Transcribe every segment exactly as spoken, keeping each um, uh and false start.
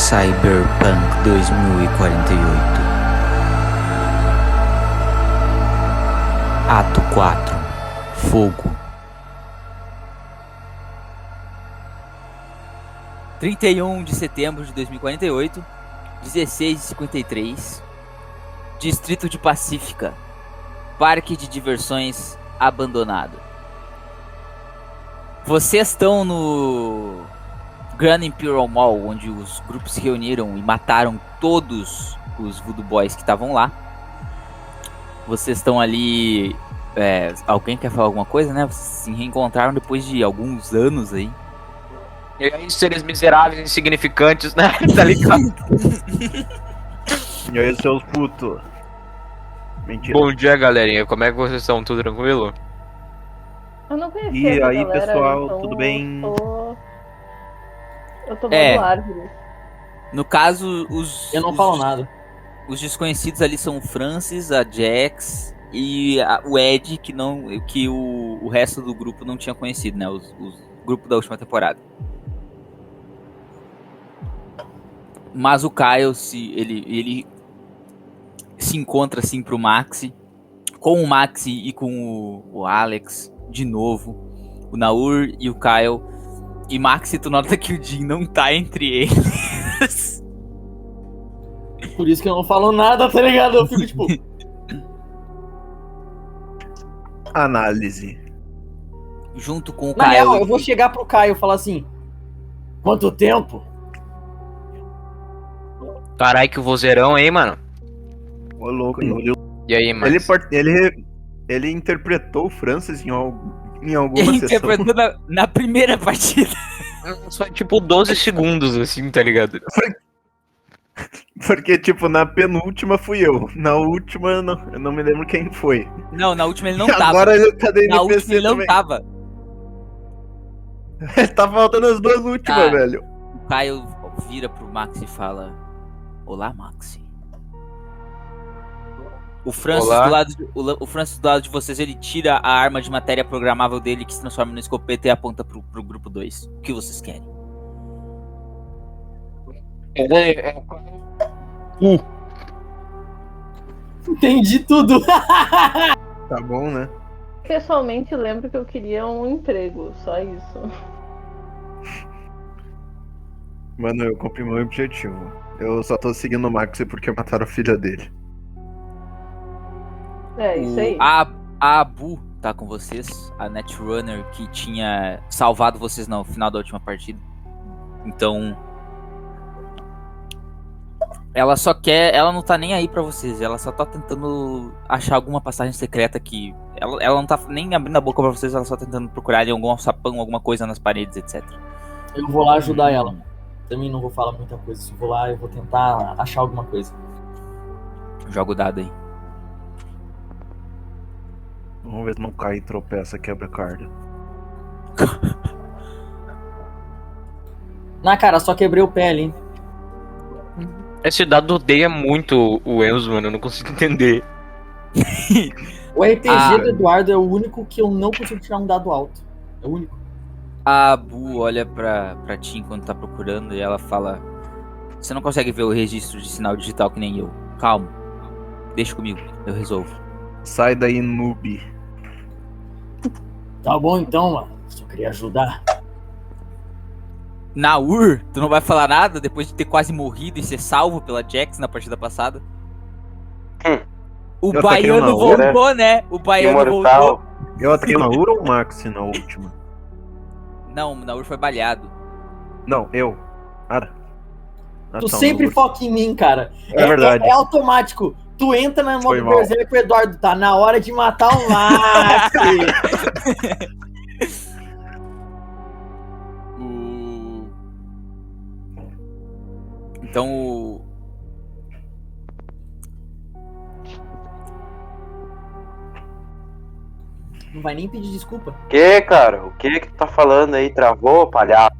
Cyberpunk dois mil e quarenta e oito. Ato quatro. Fogo. trinta e um de setembro de dois mil e quarenta e oito, dezesseis e cinquenta e três, Distrito de Pacífica, Parque de Diversões abandonado. Vocês estão no Grand Imperial Mall, onde os grupos se reuniram e mataram todos os Voodoo Boys que estavam lá. Vocês estão ali... É, alguém quer falar alguma coisa, né? Vocês se reencontraram depois de alguns anos aí. E aí, seres miseráveis, insignificantes, né? Tá ligado? E aí, seus putos. Mentira. Bom dia, galerinha. Como é que vocês estão? Tudo tranquilo? Eu não conhecia E essa aí, galera, pessoal, então tudo bem? Eu tô... Eu tô É. vendo árvore. No caso, os... Eu não os, falo nada. Os desconhecidos ali são o Francis, a Jax e a, o Ed, que, não, que o, o resto do grupo não tinha conhecido, né? Os, os grupo da última temporada. Mas o Kyle, se, ele, ele se encontra assim pro Maxi, com o Maxi e com o, o Alex, de novo, o Naur e o Kyle. E Maxi, tu nota que o Jin não tá entre eles. Por isso que eu não falo nada, tá ligado? Eu fico tipo... Análise. Junto com o Na Kyle. real, eu vou chegar pro Caio e falar assim... Quanto tempo? Carai, que vozeirão, hein, mano? Ô, louco, ele, E aí, mano? ele, part- ele, ele interpretou o Francis em, al- em alguma Ele sessão. interpretou na, na primeira partida. Só tipo doze segundos, assim, tá ligado? Porque, tipo, na penúltima fui eu. Na última, eu não, eu não me lembro quem foi. Não, na última ele não E tava. agora ele tá da Na N P última C ele não também. tava. Tá faltando as duas últimas, Ah. velho. O Caio vira pro Maxi e fala: Olá, Maxi. O Francis, Olá. do lado de, o, La- o Francis do lado de vocês, ele tira a arma de matéria programável dele que se transforma no escopeta e aponta pro, pro grupo dois. O que vocês querem? Uh, Entendi tudo. Tá bom, né? Pessoalmente, lembro que eu queria um emprego, só isso. Mano, eu cumpri meu objetivo. Eu só tô seguindo o Maxi porque mataram a filha dele. É, isso O- aí. a, a Abu tá com vocês, a Netrunner que tinha salvado vocês no final da última partida. Então, ela só quer, ela não tá nem aí pra vocês, ela só tá tentando achar alguma passagem secreta que ela, ela não tá nem abrindo a boca pra vocês, ela só tá tentando procurar ali algum sapão, alguma coisa nas paredes, etcétera. Eu vou lá ajudar ela. Também não vou falar muita coisa. Se eu vou lá, eu vou tentar achar alguma coisa. Joga o dado aí. Vamos ver se não cai e tropeça, quebra a carga. Na cara, só quebrei o pé ali. esse dado odeia muito o Enzo, mano. Eu não consigo entender. O R P G Ah. do Eduardo é o único que eu não consigo tirar um dado alto. É o único. A Abu olha pra, pra ti enquanto tá procurando e ela fala: Você não consegue ver o registro de sinal digital que nem eu. Calma. Deixa comigo, eu resolvo. Sai daí, noob. Tá bom então, mano. Só queria ajudar. Naur, tu não vai falar nada depois de ter quase morrido e ser salvo pela Jax na partida passada? Hum. O Eu ataquei o baiano Naur, voltou, né? O baiano voltou. Eu ataquei o Naur ou o Maxi na última? Não, o Naur foi baleado. Não, eu. Ah, ah, Tu tá, sempre Naur. foca em mim, cara. É verdade. É, é automático. Tu entra na Foi modo mal. berserker com o Eduardo. Tá na hora de matar o Maxi. O... Então o... Não vai nem pedir desculpa. Que, cara? O que que tu tá falando aí? Travou, palhaço?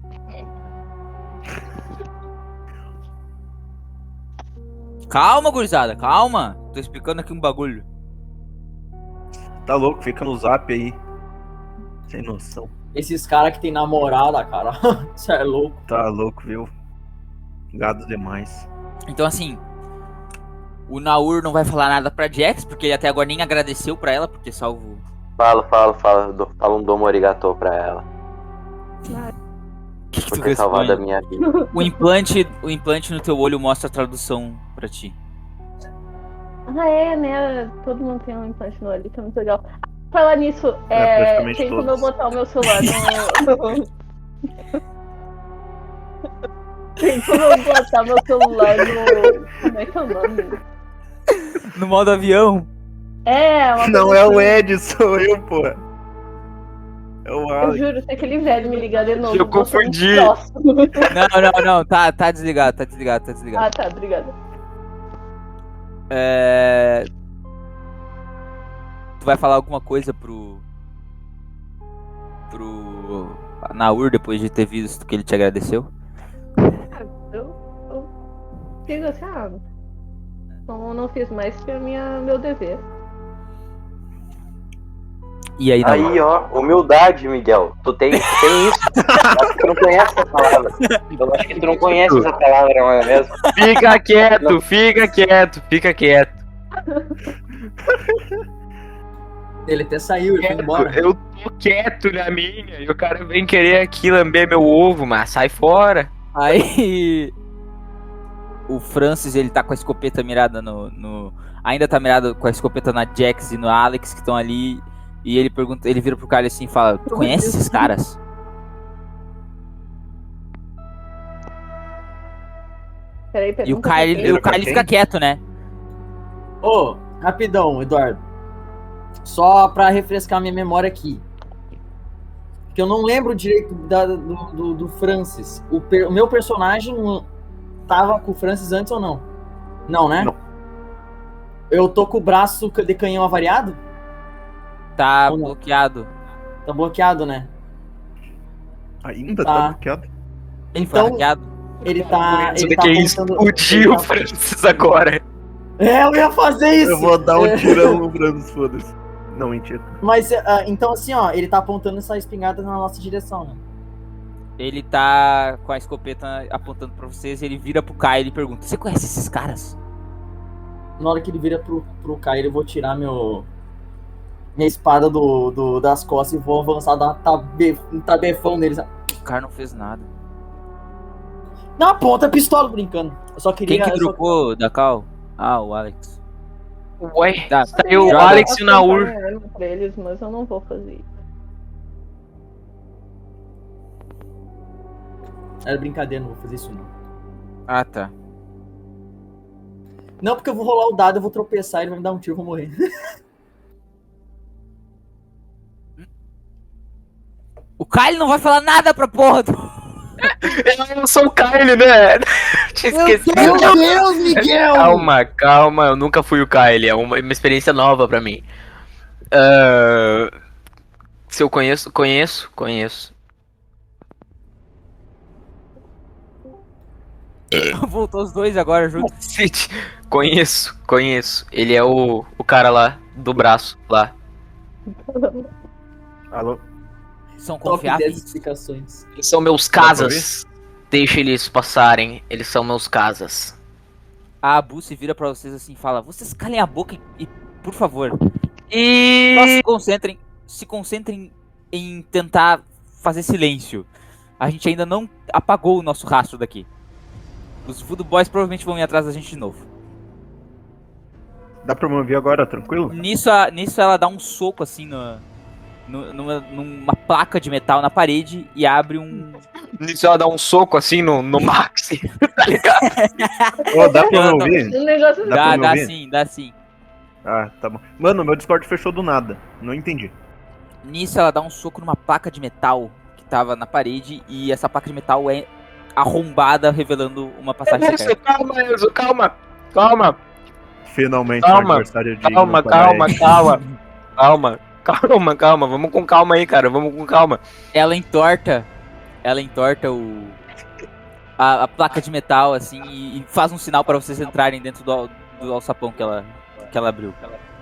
Calma, gurizada, calma. Tô explicando aqui um bagulho. Tá louco, fica no zap aí. Sem noção. Esses caras que tem namorada, cara. Isso é louco. Tá louco, viu? Gado demais. Então, assim, o Naur não vai falar nada pra Jax, porque ele até agora nem agradeceu pra ela por ter salvo. Falo, falo, falo. do- Fala um domo arigatô pra ela. O que, que Por tu ter salvado a responde? minha vida. O implante, o implante no teu olho mostra a tradução pra ti. Ah, é, né? Todo mundo tem um implante no olho, que é muito legal. Falar nisso, É, é, praticamente tem como eu todos. botar o meu celular no. Tem como eu botar meu celular no. Como é que é o nome? No modo avião? É, uma Não coisa é o assim. Ed, sou eu, pô. É o Eu Alex. juro, se aquele velho me ligar de novo, Eu vou ser um confundi. troço. Não, não, não, tá, tá desligado, tá desligado, tá desligado. Ah, tá, obrigada. É... Tu vai falar alguma coisa pro. Pro. Naur depois de ter visto que ele te agradeceu? Eu, eu digo assim, ah, não, não fiz mais que a minha, meu dever. E aí, Naur? Aí, ó, humildade, Miguel. Tu tem, tu tem isso. Eu acho que tu não conhece essa palavra. Eu acho que tu não conhece essa palavra, não é mesmo? Fica quieto, fica quieto, fica quieto. Ele até saiu, ele foi embora. Eu tô quieto na minha e o cara vem querer aqui lamber meu ovo, mas sai fora. Aí. O Francis, ele tá com a escopeta mirada no. no- ainda tá mirado com a escopeta na Jax e no Alex que estão ali. E ele pergunta, ele vira pro cara assim e fala: Tu conhece esses caras? Peraí, E o pergunta pra Kyle, quem? ele, o Pra Kyle quem? fica quieto, né? Ô, rapidão, Eduardo. Só pra refrescar minha memória aqui. Que eu não lembro direito da- do, do, do Francis. O, per- o meu personagem tava com o Francis antes ou não? Não, né? Não. Eu tô com o braço de canhão avariado? Tá Ou não? bloqueado. Tá bloqueado, né? Ainda Tá. tá bloqueado? Ele foi Então, hackeado. ele tá. Você Ele tá que apontando- explodiu ele o tá- Francis agora. É, eu ia fazer isso! Eu vou dar um É. tirão no Francis, foda-se. Não, mentira. Mas, ah, então assim, ó, ele tá apontando essa espingarda na nossa direção, né? Ele tá com a escopeta apontando pra vocês. Ele vira pro Kyle e pergunta: Você conhece esses caras? Na hora que ele vira pro, pro Caio, eu vou tirar meu. Minha espada do, do- das costas e vou avançar, dar uma tabe, um tabefão neles. O cara não fez nada. Não, aponta a pistola brincando. Eu só queria. Quem que eu só- dropou da Cal? Ah, o Alex. Ué, Tá, saiu o joga. Alex e o Naur. Eu arma pra eles, mas eu não vou fazer isso. Era brincadeira, não vou fazer isso não. Ah, tá. Não, porque eu vou rolar o dado, eu vou tropeçar, ele vai me dar um tiro, eu vou morrer. O Kyle não vai falar nada pra porra do... Eu não sou o Kyle, né? Tinha esquecido. Meu Deus, Miguel! Calma, calma, eu nunca fui o Kyle, é uma, uma experiência nova pra mim. Ah, se eu conheço, conheço, conheço. Voltou os dois agora junto. Cacete, conheço, conheço. Ele é o, o cara lá, do braço, lá. Alô? São Top dez confiáveis. explicações. Eles são meus casas. Deixa eles passarem, eles são meus casas. A Abu se vira pra vocês assim e fala: Vocês calem a boca e, e, por favor, só E... se concentrem, se concentrem em tentar fazer silêncio. A gente ainda não apagou o nosso rastro daqui. Os Voodoo Boys provavelmente vão ir atrás da gente de novo. Dá pra me ouvir agora, tranquilo? Nisso, a- nisso ela dá um soco assim no, no- numa, numa placa de metal na parede e abre um. Nisso ela dá um soco assim no, no Maxi, tá ligado? Ô, dá pra me Não, não. ouvir? Um negócio Dá pra Dá, me dá ouvir? sim, dá sim. Ah, tá bom. Mano, meu Discord fechou do nada. Não entendi. Nisso ela dá um soco numa placa de metal que tava na parede e essa placa de metal é arrombada, revelando uma passagem Isso, secreta. calma, Enzo, calma, calma, Finalmente Calma, um aniversário digno calma, para calma, ele. calma, calma, calma, calma, vamos com calma aí, cara, vamos com calma. Ela entorta, ela entorta o a, a placa de metal assim e, e faz um sinal para vocês entrarem dentro do, al- do alçapão que ela que ela abriu.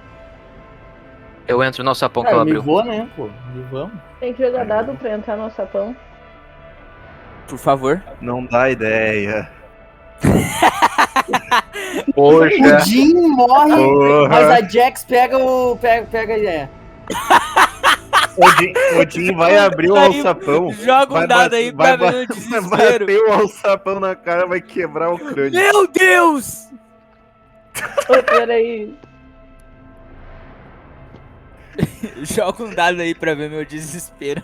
Eu entro no sapão que Cara, ela me abriu. vou, né, pô? Me vamos. Tem que jogar dado pra entrar no sapão. Por favor. Não dá ideia. Poxa. O Jim morre, Porra. mas a Jax pega o. pega, pega a ideia. O Jim, o Jim vai abrir o Aí, alçapão. Joga um vai dado ba- aí vai pra ba- ver o Vai desespero. bater o alçapão na cara, vai quebrar o crânio. Meu Deus! Ô, peraí. Joga um dado aí pra ver meu desespero.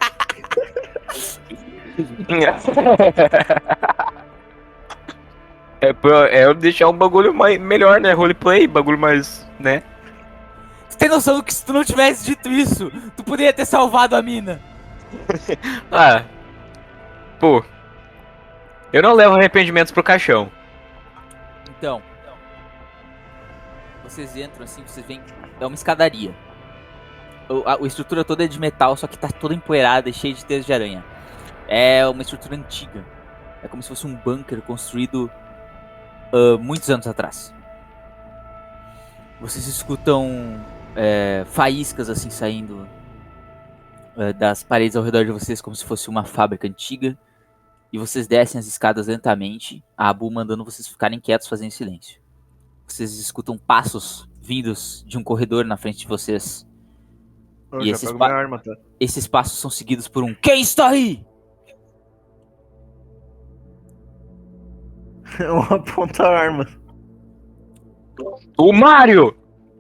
É, pra- é eu deixar um bagulho mais, melhor, né? Roleplay, bagulho mais, né? Tu tem noção que se tu não tivesse dito isso, tu poderia ter salvado a mina? Ah. Pô. Eu não levo arrependimentos pro caixão. Então, vocês entram assim, vocês veem, é uma escadaria. O- A, a estrutura toda é de metal, só que tá toda empoeirada e cheia de teias de aranha. É uma estrutura antiga. É como se fosse um bunker construído ah, muitos anos atrás. Vocês escutam é, faíscas assim saindo é, das paredes ao redor de vocês, como se fosse uma fábrica antiga. E vocês descem as escadas lentamente, a Abu mandando vocês ficarem quietos, fazendo silêncio. Vocês escutam passos vindos de um corredor na frente de vocês. Eu E já esses pego pa- minha arma, tá? Esses passos são seguidos por um "Quem está aí?" Eu aponto a arma. O Mario!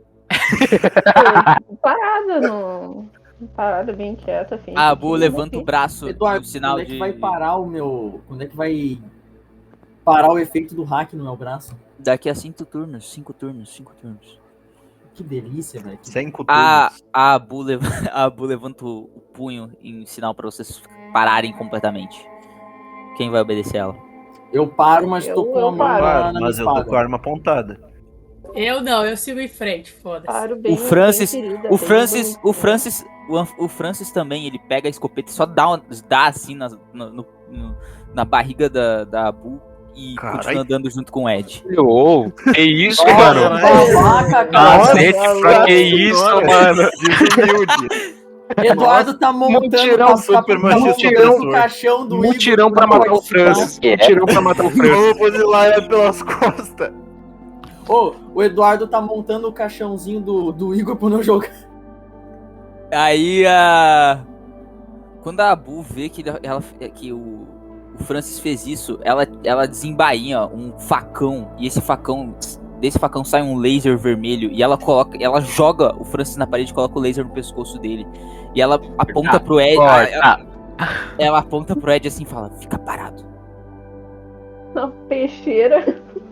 Pô, parada, no... Parada, bem quieta, assim. A Abu porque- levanta o braço Eduardo, no sinal quando é que de... vai parar o meu. Quando é que vai parar o efeito do hack no meu braço? Daqui a cinco turnos, cinco turnos, cinco turnos. Que delícia, velho. Que- Cinco A, turnos. a, Abu, leva... a Abu levanta o o punho em sinal pra vocês pararem completamente. Quem vai obedecer ela? Eu paro, mas Eu- tô com eu a mão paro. na, Claro, na mas minha eu tô espada. com a arma apontada. Eu não, eu sigo em frente, foda-se. Paro bem, O Francis- bem querida, O bem Francis, o bonitinha. Francis, o, An- o Francis também, ele pega a escopeta e só dá, uma- dá assim na, no- no- no- na barriga da, da Abu e Carai. continua andando junto com o Ed. Ô, que isso, Nossa, mano? babaca, cara. Cacete, pra Nossa que isso, senhora. mano? Desumilde. Eduardo tá montando Mutirão, tá- tá- super tá machista montando opressor. o caixão do Igor Mutirão pra pra matar o participar. Francis. Mutirão pra matar o Francis. Vamos fuzilar ela pelas costas. Ô, o Eduardo tá montando o caixãozinho do, do Igor pra não jogar. Aí a. Quando a Abu vê que, ela, ela- que o, o Francis fez isso, ela, ela desembainha um facão. E esse facão. Desse facão sai um laser vermelho. E ela coloca. Ela joga o Francis na parede e coloca o laser no pescoço dele. E ela aponta Ah, pro Ed. Corta. Ela, ela aponta pro Ed assim e fala: "Fica parado." Na peixeira.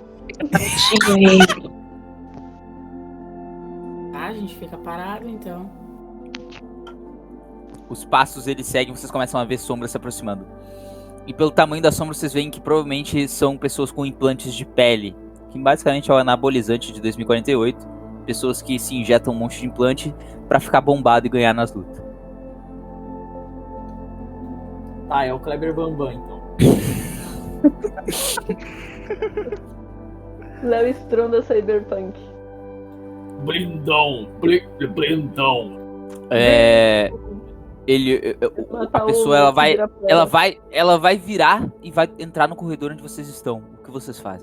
Tá, a gente fica parado então. Os passos eles seguem, vocês começam a ver sombras se aproximando. E pelo tamanho da sombra, vocês veem que provavelmente são pessoas com implantes de pele. Que basicamente é o anabolizante de dois mil e quarenta e oito. Pessoas que se injetam um monte de implante pra ficar bombado e ganhar nas lutas. Tá, é o Kleber Bambam, então. Léo Stronda Cyberpunk. Blindão, bli- blindão. É. Ele. Matar A o pessoa ela vai. Ibirapuera. Ela vai. Ela vai virar e vai entrar no corredor onde vocês estão. O que vocês fazem?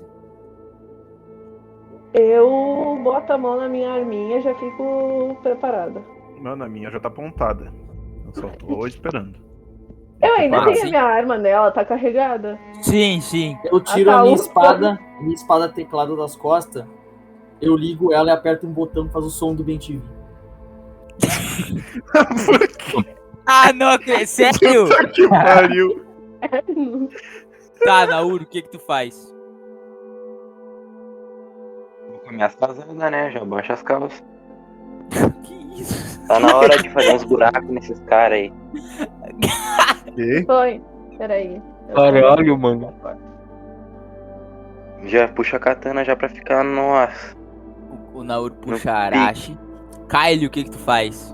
Eu boto a mão na minha arminha e já fico preparada. Mano, a minha já tá apontada. Eu só tô esperando. Eu ainda Ah, tenho sim. a minha arma nela, tá carregada. Sim, sim. Eu tiro Ah, tá, a minha ufa. espada, minha espada teclado das costas, eu ligo ela e aperto um botão que faz o som do Ben T V. Ah, não, acredito. Sério? Que pariu. Tá, Nauru, o que que tu faz? Vou comer as casadas, né? Já baixa as calças. Que isso? Tá na hora de fazer uns buracos nesses caras aí. E? Foi. Peraí. Eu- Caralho, mano. Já puxa a katana já pra ficar, nossa. O, o Nauru puxa No a Arashi. Kyle, o que que tu faz?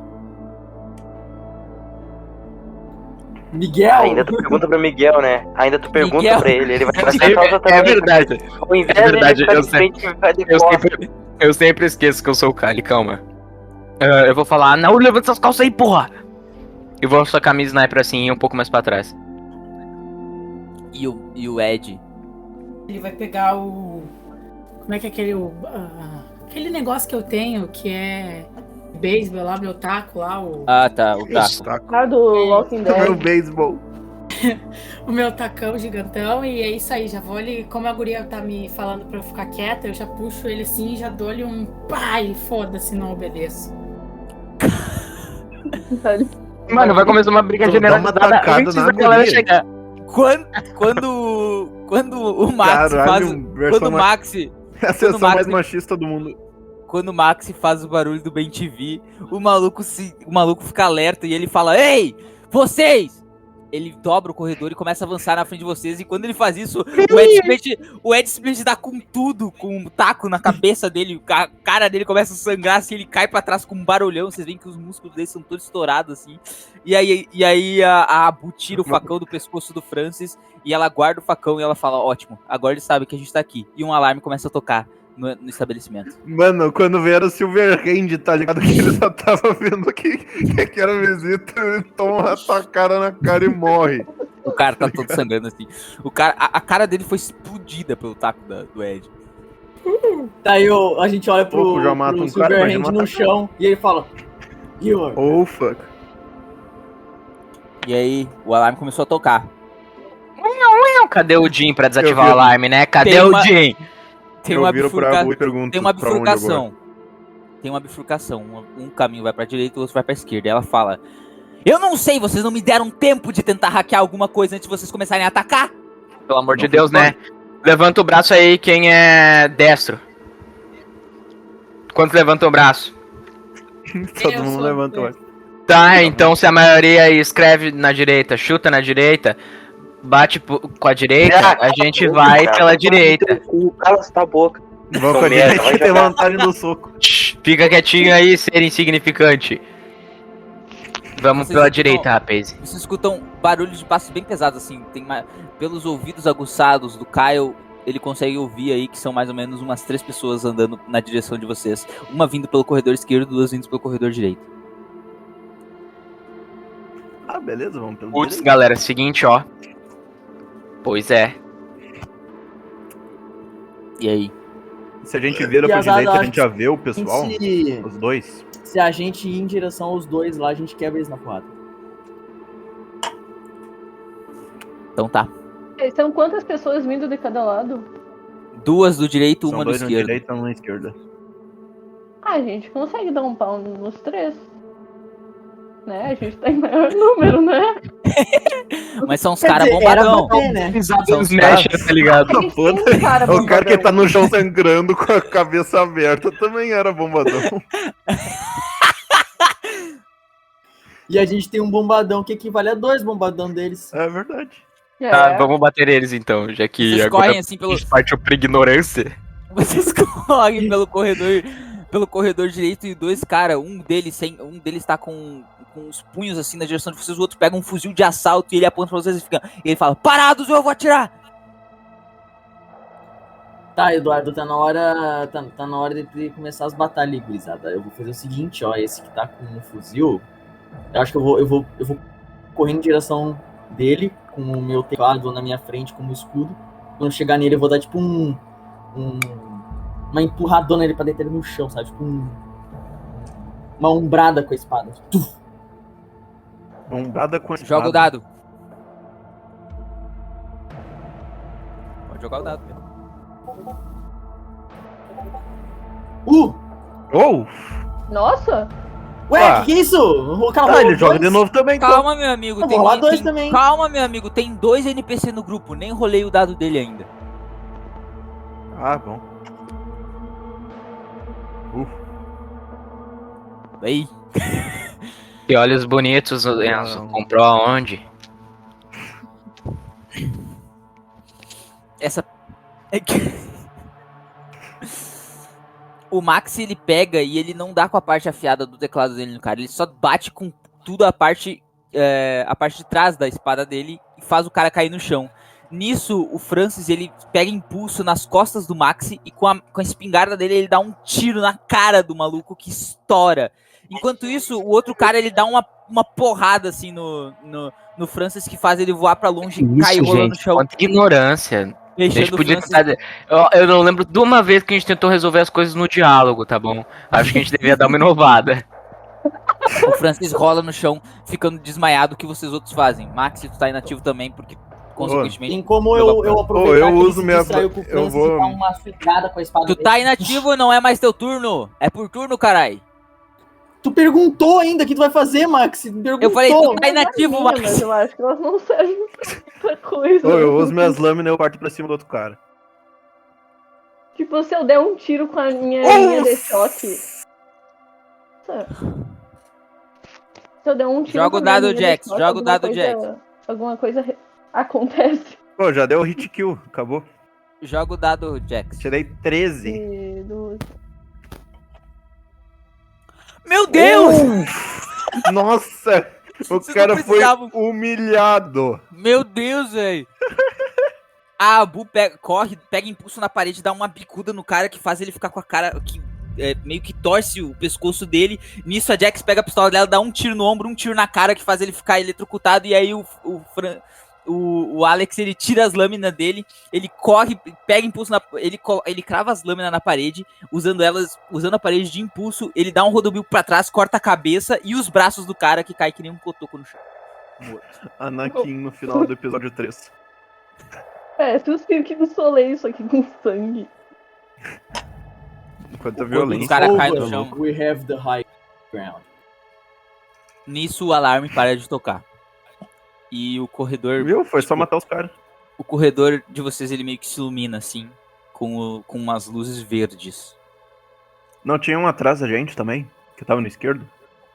Miguel! Ainda tu pergunta pro Miguel, né? Ainda tu pergunta Miguel. pra ele, ele vai É, baixar a calça também. é verdade. Ao invés É verdade, dele ficar eu de sei. frente, vai de Eu costas. sempre, eu sempre esqueço que eu sou o Kali, calma. Ah, eu vou falar, não, levanta essas calças aí, porra! E vou sacar minha sniper assim, um pouco mais pra trás. E o, e o Ed, Ele vai pegar o. Como é que é aquele. O, ah, aquele negócio que eu tenho que é. Beisebol lá, meu taco lá, o. Ah, tá, o taco. Ah, do Walking Meu Dead. beisebol. o meu tacão gigantão, e é isso aí, já vou ali, como a guria tá me falando pra eu ficar quieta, eu já puxo ele assim, já dou-lhe um pá e foda-se, não obedeço. Mano, vai começar uma briga Tô dando uma generalizada tacada antes na da galera guria. chegar. Quando, quando, quando o Max Caralho, faz. um versão Quando o ma- Max. É a sessão Max- mais machista do mundo. Quando o Max faz o barulho do Ben T V, o maluco, se, o maluco fica alerta e ele fala: Ei, vocês! Ele dobra o corredor e começa a avançar na frente de vocês. E quando ele faz isso, o Ed simplesmente, o Ed simplesmente dá com tudo, com um taco na cabeça dele. A cara dele começa a sangrar, assim, ele cai pra trás com um barulhão. Vocês veem que os músculos dele são todos estourados, assim. E aí, e aí a, a Abu tira o facão do pescoço do Francis e ela guarda o facão e ela fala: Ótimo, agora ele sabe que a gente tá aqui. E um alarme começa a tocar no, no estabelecimento. Mano, quando vieram o Silverhand, tá ligado? Que ele só tava vendo que, que era visita, ele toma uma tacada na cara e morre. O cara tá todo sangrando assim. O cara, a, a cara dele foi explodida pelo taco da- do Ed. Daí eu, a gente olha pro, Pouco já mata pro um cara, imagina Silverhand no matar- chão e ele fala: Gilmore, Oh, fuck. E aí, o alarme começou a tocar. Cadê o Jim pra desativar Eu o vi. alarme, né? Cadê Tem o uma- Jim? Tem Eu uma, viro pra bifurca... Abu e pergunto Tem uma pra onde agora. bifurcação. Tem uma bifurcação. Um, um caminho vai pra direita e o outro vai pra esquerda. E ela fala: Eu não sei, vocês não me deram tempo de tentar hackear alguma coisa antes de vocês começarem a atacar? Pelo amor de Não Deus, foi né? Levanta o braço aí, quem é destro. Quanto levanta o braço? Todo Eu mundo sou- levanta o olho. Tá, então se a maioria aí escreve na direita, chuta na direita, bate po- com a direita, a gente vai Cara, pela vai direita. tomar no teu cu, Cala essa boca. Vão com a merda, direita vai e tem jogar. vantagem do soco. Shh, fica quietinho aí, ser insignificante. Vamos Vocês pela escutam- direita, rapaz. Vocês escutam barulhos de passos bem pesados, assim. Tem ma- Pelos ouvidos aguçados do Kyle, ele consegue ouvir aí que são mais ou menos umas três pessoas andando na direção de vocês. Uma vindo pelo corredor esquerdo, duas vindo pelo corredor direito. Ah, beleza, vamos pelo Putz, direito. galera, seguinte, ó. Pois é. E aí? Se a gente vira E pra azar, direita, a acho gente já vê o pessoal? se, Os dois? se a gente ir em direção aos dois lá, a gente quebra eles na porrada. Então tá. São quantas pessoas vindo de cada lado? Duas do direito, São uma do dois na esquerdo. direita e um na esquerda. Ah, a gente consegue dar um pau nos três. Né? A gente tá em maior número, né? Mas são os Quer caras dizer, era bombadão. pra ter, né? São os Smash, tá ligado? A gente Foda- tem um cara O cara que bombadão. tá no chão sangrando com a cabeça aberta também era bombadão. E a gente tem um bombadão que equivale a dois bombadão deles. É verdade. É. Tá, vamos bater eles então, já que Vocês agora correm assim a pelo. gente partiu pra ignorância. Vocês correm pelo corredor. Pelo corredor direito e dois caras, um deles sem, um deles tá com, com os punhos assim na direção de vocês, o outro pega um fuzil de assalto e ele aponta pra vocês e fica. E ele fala: Parados, ou eu vou atirar! Tá, Eduardo, tá na hora. Tá, tá na hora de começar as batalhas, gurizada. Eu vou fazer o seguinte, ó. Esse que tá com um fuzil. Eu acho que eu vou, eu vou, eu vou correr em direção dele, com o meu teclado na minha frente como escudo. Quando chegar nele, eu vou dar tipo um. um uma empurradona nele pra deitar ele no chão, sabe? Tipo um. Uma umbrada com a espada. Tuf. Bombada com a Joga o espada. dado. Pode jogar o dado, Pedro. Uh! Oh! Nossa! Ué, Ah. que que é isso? O cara Ah, rolou ele joga dois? de novo também, então. Calma, meu amigo. Eu Tem, vou rolar dois tem- também. Calma, meu amigo. Tem dois N P C no grupo. Nem rolei o dado dele ainda. Ah, bom. Aí. Que olhos bonitos, Enzo. Não. Comprou aonde? Essa. É que- O Max ele pega e ele não dá com a parte afiada do teclado dele no cara. Ele só bate com tudo a parte, é, a parte de trás da espada dele e faz o cara cair no chão. Nisso, o Francis ele pega impulso nas costas do Max e com a, com a espingarda dele ele dá um tiro na cara do maluco que estoura. Enquanto isso, o outro cara ele dá uma, uma porrada assim no, no, no Francis que faz ele voar pra longe e cair rolando no chão. Quanta ignorância. A gente Deixando o podia Francis... tentar... eu, eu não lembro de uma vez que a gente tentou resolver as coisas no diálogo, tá bom? Acho que a gente devia dar uma inovada. O Francis rola no chão, ficando desmaiado. O que vocês outros fazem? Max, tu tá inativo também, porque, consequentemente... Tem como eu, eu aproveitar eu que ele uso se minha- distraiu com o eu Francis vou- e dar uma suicada com a espada Tu dele? tá inativo, não é mais teu turno. É por turno, carai. Tu perguntou ainda o que tu vai fazer, Max. Perguntou. Eu falei, tu tá Mas inativo, minha, Max. mas eu acho que elas não servem pra muita coisa. Ô, eu uso minhas lâminas e eu parto pra cima do outro cara. Tipo, se eu der um tiro com a minha linha de choque. Nossa. Se eu der um tiro Joga com a o minha dado, linha de Jax, choque, joga o alguma dado, coisa- Jax. Alguma coisa re- acontece. Pô, já deu o hit kill, acabou. Joga o dado, Jax. Tirei treze. E do- Meu Deus! Nossa! O Vocês cara não foi precisavam- humilhado. Meu Deus, velho. A Abu pega, corre, pega impulso na parede, dá uma bicuda no cara que faz ele ficar com a cara que é, meio que torce o pescoço dele. Nisso a Jax pega a pistola dela, dá um tiro no ombro, um tiro na cara que faz ele ficar eletrocutado. E aí o, o, Fran- o, o Alex ele tira as lâminas dele, ele corre, pega impulso na, ele co- ele crava as lâminas na parede, usando elas, usando a parede de impulso. Ele dá um rodobio pra trás, corta a cabeça e os braços do cara que cai que nem um cotoco no chão. Anakin no final do episódio três. É, tu Cirque do Soleil, isso aqui com sangue. Quanta Os violência. caras caem no Over, chão. We have the high ground. Nisso o alarme para de tocar. E o corredor, Viu? Foi só matar os caras. o corredor de vocês ele meio que se ilumina assim, com, o- com umas luzes verdes. Não tinha um atrás da gente também? Que tava no esquerdo?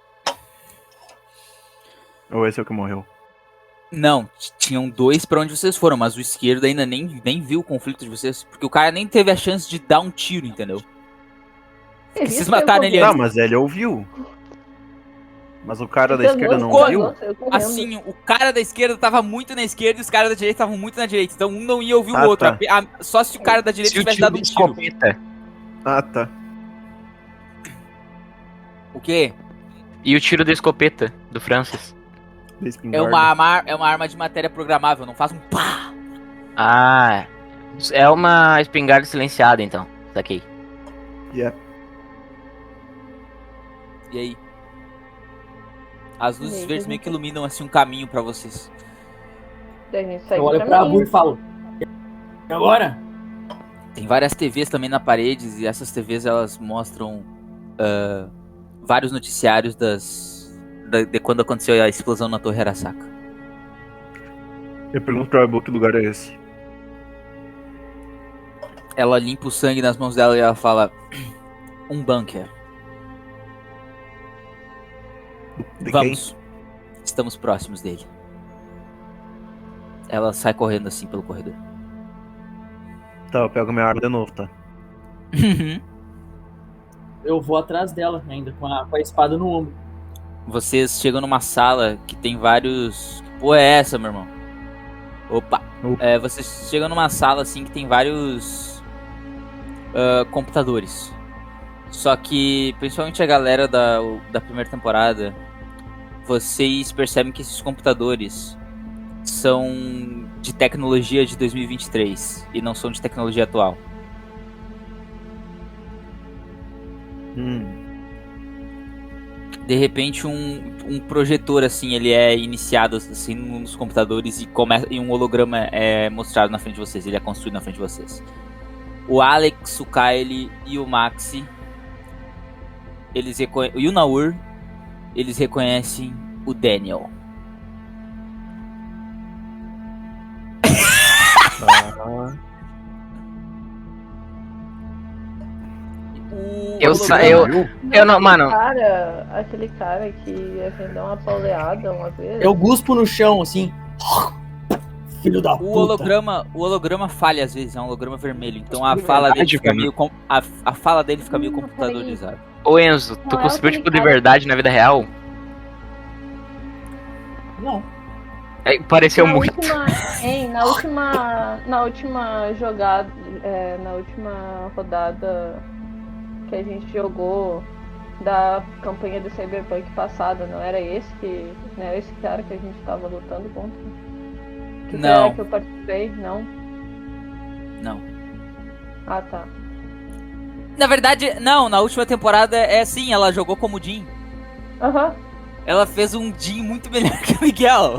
Ou esse é o que morreu? Não, t- tinham dois pra onde vocês foram, mas o esquerdo ainda nem, nem viu o conflito de vocês, porque o cara nem teve a chance de dar um tiro, entendeu? Existe Vocês mataram ele algum- Tá, antes. mas ele ouviu. Mas o cara da Eu esquerda não não- ouviu? Nossa, eu correndo. Assim, o cara da esquerda tava muito na esquerda e os caras da direita estavam muito na direita. Então um não ia ouvir Ah, o outro. tá. A- a- só se o cara da direita Se o tivesse tiro dado de um tiro. escopeta. Ah, tá. O quê? E o tiro da escopeta do Francis. Da É espingarda. uma, arma, é uma arma de matéria programável, não faz um pá! Ah, é uma espingarda silenciada então. Saquei. Yeah. E aí? As luzes E aí, verdes que meio que a gente- iluminam assim um caminho pra vocês. Daí a gente segue Eu olho o pra caminho. Abu e falo. E agora? Tem várias T Vs também na paredes e essas T Vs elas mostram ah, vários noticiários das da- de quando aconteceu a explosão na Torre Arasaka. Eu pergunto pra Abu que lugar é esse. Ela limpa o sangue nas mãos dela e ela fala: um bunker. De Vamos. Estamos próximos dele. Ela sai correndo assim pelo corredor. quem? Tá, eu pego minha arma de novo, tá? Eu vou atrás dela ainda, com a, com a espada no ombro. Vocês chegam numa sala que tem vários. Que porra é essa, meu irmão? Opa! Opa. É, vocês chegam numa sala assim que tem vários ah, computadores. Só que, principalmente a galera da, da primeira temporada, vocês percebem que esses computadores são de tecnologia de dois mil e vinte e três e não são de tecnologia atual. Hum. De repente um, um projetor assim, ele é iniciado assim nos computadores e, começa, e um holograma é mostrado na frente de vocês, ele é construído na frente de vocês. O Alex, o Kyle e o Maxi, eles reconhe- e o Naur, eles reconhecem o Daniel. O Eu holograma- sa- eu- Eu não, mano. Cara, aquele cara que a gente deu uma pauleada uma vez. Eu guspo no chão, assim. Filho da O puta. holograma, o holograma falha às vezes, é um holograma vermelho. Então a fala dele Verdade, fica mano. meio com- a, a fala dele fica meio Hum, computadorizada. Ô Enzo, tu Não é conseguiu aquele tipo de cara- verdade na vida real? Não. É, pareceu na muito. Última, hein, na última. Na última jogada. é, na última rodada que a gente jogou da campanha do Cyberpunk passada, não era esse que. Não era esse cara que a gente tava lutando contra? Que Não. era que eu participei? Não. Não. Ah, tá. Na verdade, não, na última temporada é sim, ela jogou como Jean. Aham. Ela fez um Jean muito melhor que o Miguel.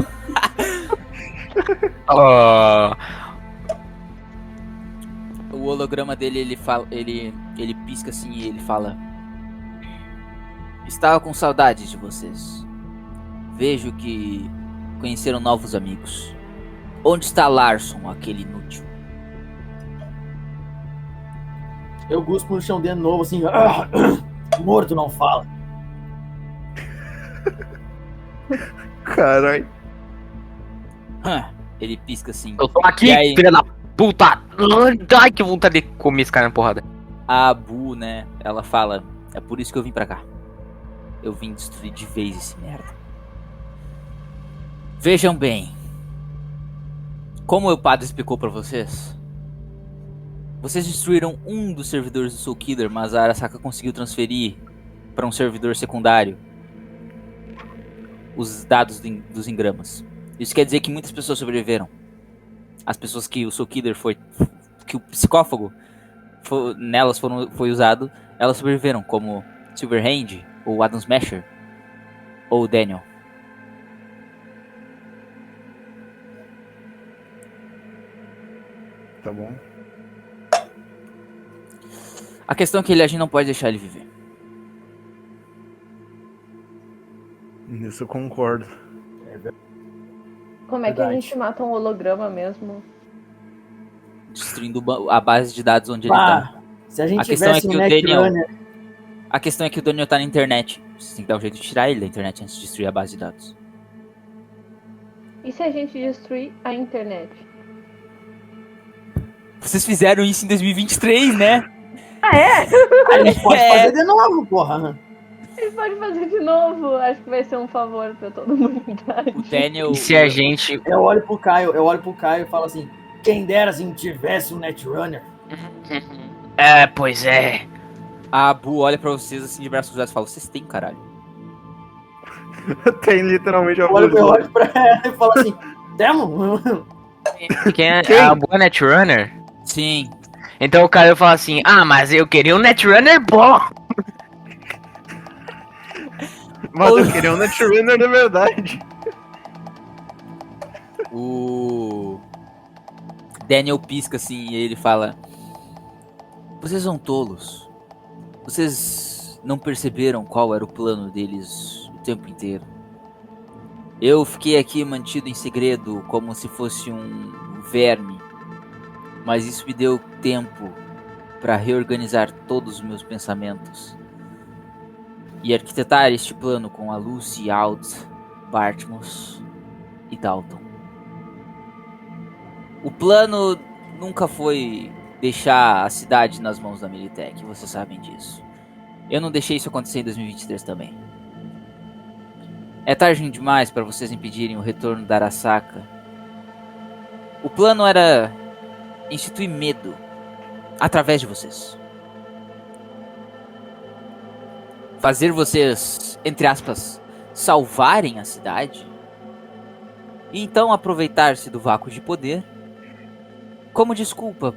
Oh, O holograma dele, ele fala, ele, ele pisca assim e ele fala: Estava com saudades de vocês. Vejo que conheceram novos amigos. Onde está Larson, aquele inútil? Eu guspo no chão de novo, assim. "Ah, morto não fala." Caralho. Hã, ele pisca assim. eu tô aqui, E aí? filha da puta. Ai, que vontade de comer esse cara na porrada. A Abu, né, ela fala: É por isso que eu vim pra cá. Eu vim destruir de vez esse merda. Vejam bem. Como o padre explicou pra vocês, vocês destruíram um dos servidores do Soul Killer, mas a Arasaka conseguiu transferir para um servidor secundário os dados do- dos engramas. Isso quer dizer que muitas pessoas sobreviveram. As pessoas que o Soul Killer foi, que o psicófago fo- nelas foram, foi usado, elas sobreviveram, como Silverhand, ou Adam Smasher, ou Daniel. Tá bom. A questão é que ele, a gente não pode deixar ele viver. Nisso eu concordo. Como é que a Verdade. gente mata um holograma mesmo? Destruindo ba- a base de dados onde ele Ah, tá. se a gente A questão é tivesse que um o Daniel- Netrunner, A questão é que o Daniel tá na internet. Você tem que dar um jeito de tirar ele da internet antes de destruir a base de dados. E se a gente destruir a internet? Vocês fizeram isso em dois mil e vinte e três, né? Ah, é? a gente pode É. fazer de novo, porra. A gente pode fazer de novo. Acho que vai ser um favor pra toda a humanidade. O Daniel... E se a gente. Eu olho pro Caio, eu olho pro Caio e falo assim: quem dera se tivesse um Netrunner. É, pois é. A Abu olha pra vocês assim de braços cruzados e fala: Vocês têm, caralho. Tem literalmente a Eu olho, eu voz. olho pra ela e falo assim: temos? Quem é, Quem? é a boa Netrunner? Sim. Então o cara fala assim: Ah, mas eu queria um Netrunner bom. Mas eu queria um Netrunner de verdade. O Daniel pisca assim e ele fala: Vocês são tolos. Vocês não perceberam qual era o plano deles o tempo inteiro. Eu fiquei aqui mantido em segredo como se fosse um verme. Mas isso me deu tempo para reorganizar todos os meus pensamentos e arquitetar este plano com a Lucy, Alt, Bartmus e Dalton. O plano nunca foi deixar a cidade nas mãos da Militech, vocês sabem disso. Eu não deixei isso acontecer em dois mil e vinte e três também. É tarde demais para vocês impedirem o retorno da Arasaka. O plano era instituir medo através de vocês. Fazer vocês, entre aspas, salvarem a cidade. E então aproveitar-se do vácuo de poder como desculpa.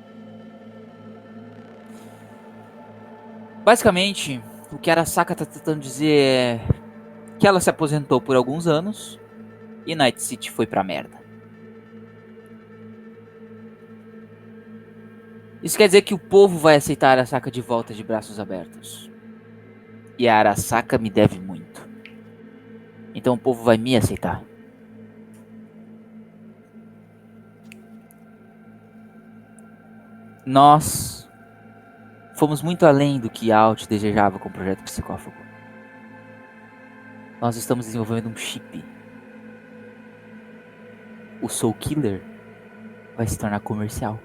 Basicamente, o que a Arasaka tá tentando dizer é que ela se aposentou por alguns anos e Night City foi pra merda. Isso quer dizer que o povo vai aceitar a Arasaka de volta de braços abertos. E a Arasaka me deve muito. Então o povo vai me aceitar. Nós fomos muito além do que Alt desejava com o projeto Psicófago. Nós estamos desenvolvendo um chip. O Soul Killer vai se tornar comercial.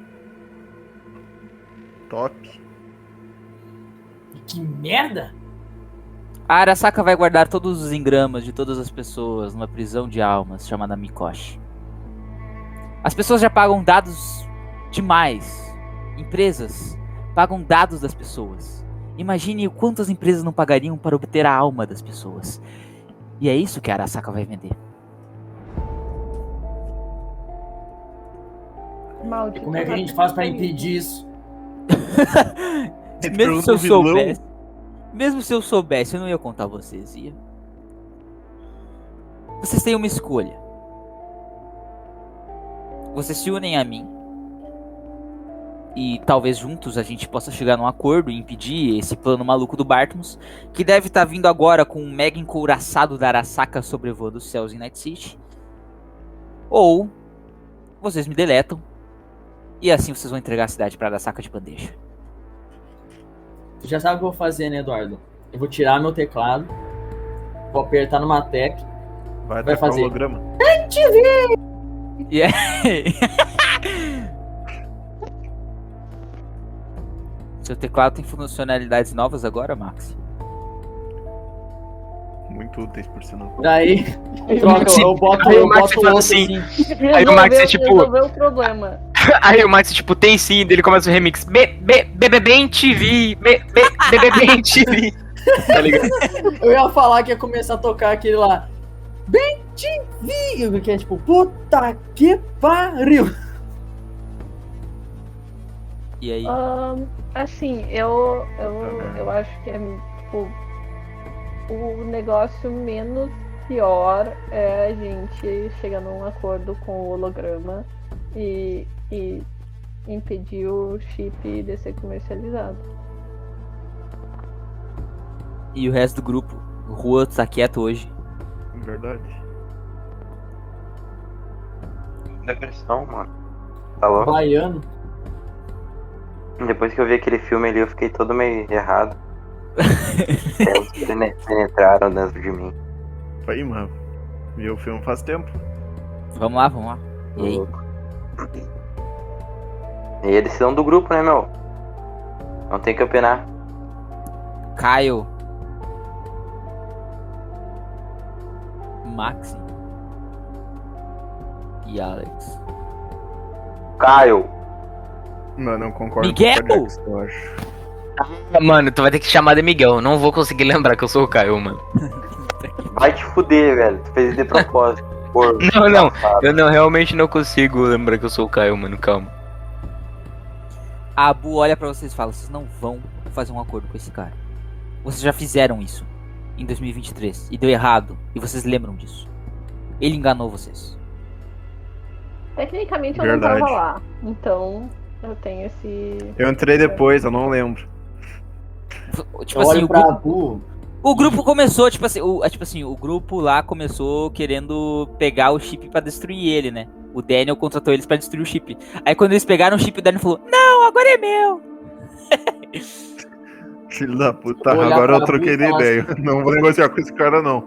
Top. Que merda! A Arasaka vai guardar todos os engramas de todas as pessoas numa prisão de almas chamada Mikoshi. As pessoas já pagam dados demais. Empresas pagam dados das pessoas. Imagine o quanto as empresas não pagariam para obter a alma das pessoas. E é isso que a Arasaka vai vender. Maldito. Como é que a gente faz pra impedir isso? Mesmo se eu soubesse. Mesmo se eu soubesse, eu não ia contar vocês, ia. Vocês têm uma escolha. Vocês se unem a mim. E talvez juntos a gente possa chegar num acordo e impedir esse plano maluco do Bartmus, que deve estar vindo agora com um mega encouraçado da Arasaka sobrevoando os céus em Night City. Ou vocês me deletam e assim vocês vão entregar a cidade pra Arasaka de bandeja. Tu já sabe o que eu vou fazer, né, Eduardo? Eu vou tirar meu teclado, vou apertar numa tecla, Vai, vai dar fazer. holograma. E aí... Seu teclado tem funcionalidades novas agora, Max? Muito úteis, por sinal. Daí, troca, eu, eu boto, Aí o eu Max boto fala outro assim, assim. Aí o Max é tipo- Resolveu o problema. Aí o Max, tipo, tem sim, dele começa o remix. B B B B M T V. B B B B M T V. Tá ligado? Eu ia falar que ia começar a tocar aquele lá. Bem T V! Que é tipo, puta que pariu! E aí? Ahn, assim, eu, eu, eu acho que é tipo o negócio menos pior é a gente chegar num acordo com o holograma e, e impedir o chip de ser comercializado. E o resto do grupo? O Rua tá quieto hoje. Verdade. Depressão, mano. Tá louco? Baiano. Depois que eu vi aquele filme ali, eu fiquei todo meio errado. Eles pene- penetraram dentro de mim. Aí, mano. Viu o filme faz tempo. Vamos lá, vamos lá. E aí? E aí a decisão do grupo, né, meu? Não tem que opinar. Caio. Maxi. E Alex. Caio! Não, não concordo Miguel! com o Jax, eu acho. Mano, tu vai ter que chamar de Miguel. Não vou conseguir lembrar que eu sou o Caio, mano. Vai te fuder, velho. Tu fez de propósito. Por... Não, não. Eu não, realmente não consigo lembrar que eu sou o Caio, mano. Calma. A Abu olha pra vocês e fala: vocês não vão fazer um acordo com esse cara. Vocês já fizeram isso em dois mil e vinte e três e deu errado. E vocês lembram disso. Ele enganou vocês. Tecnicamente eu Verdade. não tava lá, então eu tenho esse. Eu entrei depois, eu não lembro. Tipo Eu assim, olho o pra grupo, Abu. o grupo começou, tipo assim, o, é, tipo assim, o grupo lá começou querendo pegar o chip pra destruir ele, né? O Daniel contratou eles pra destruir o chip. Aí quando eles pegaram o chip, o Daniel falou: não, agora é meu. Filho da puta, Vou olhar agora eu pra troquei de Abu e falar ideia. Não vou negociar com esse cara, não.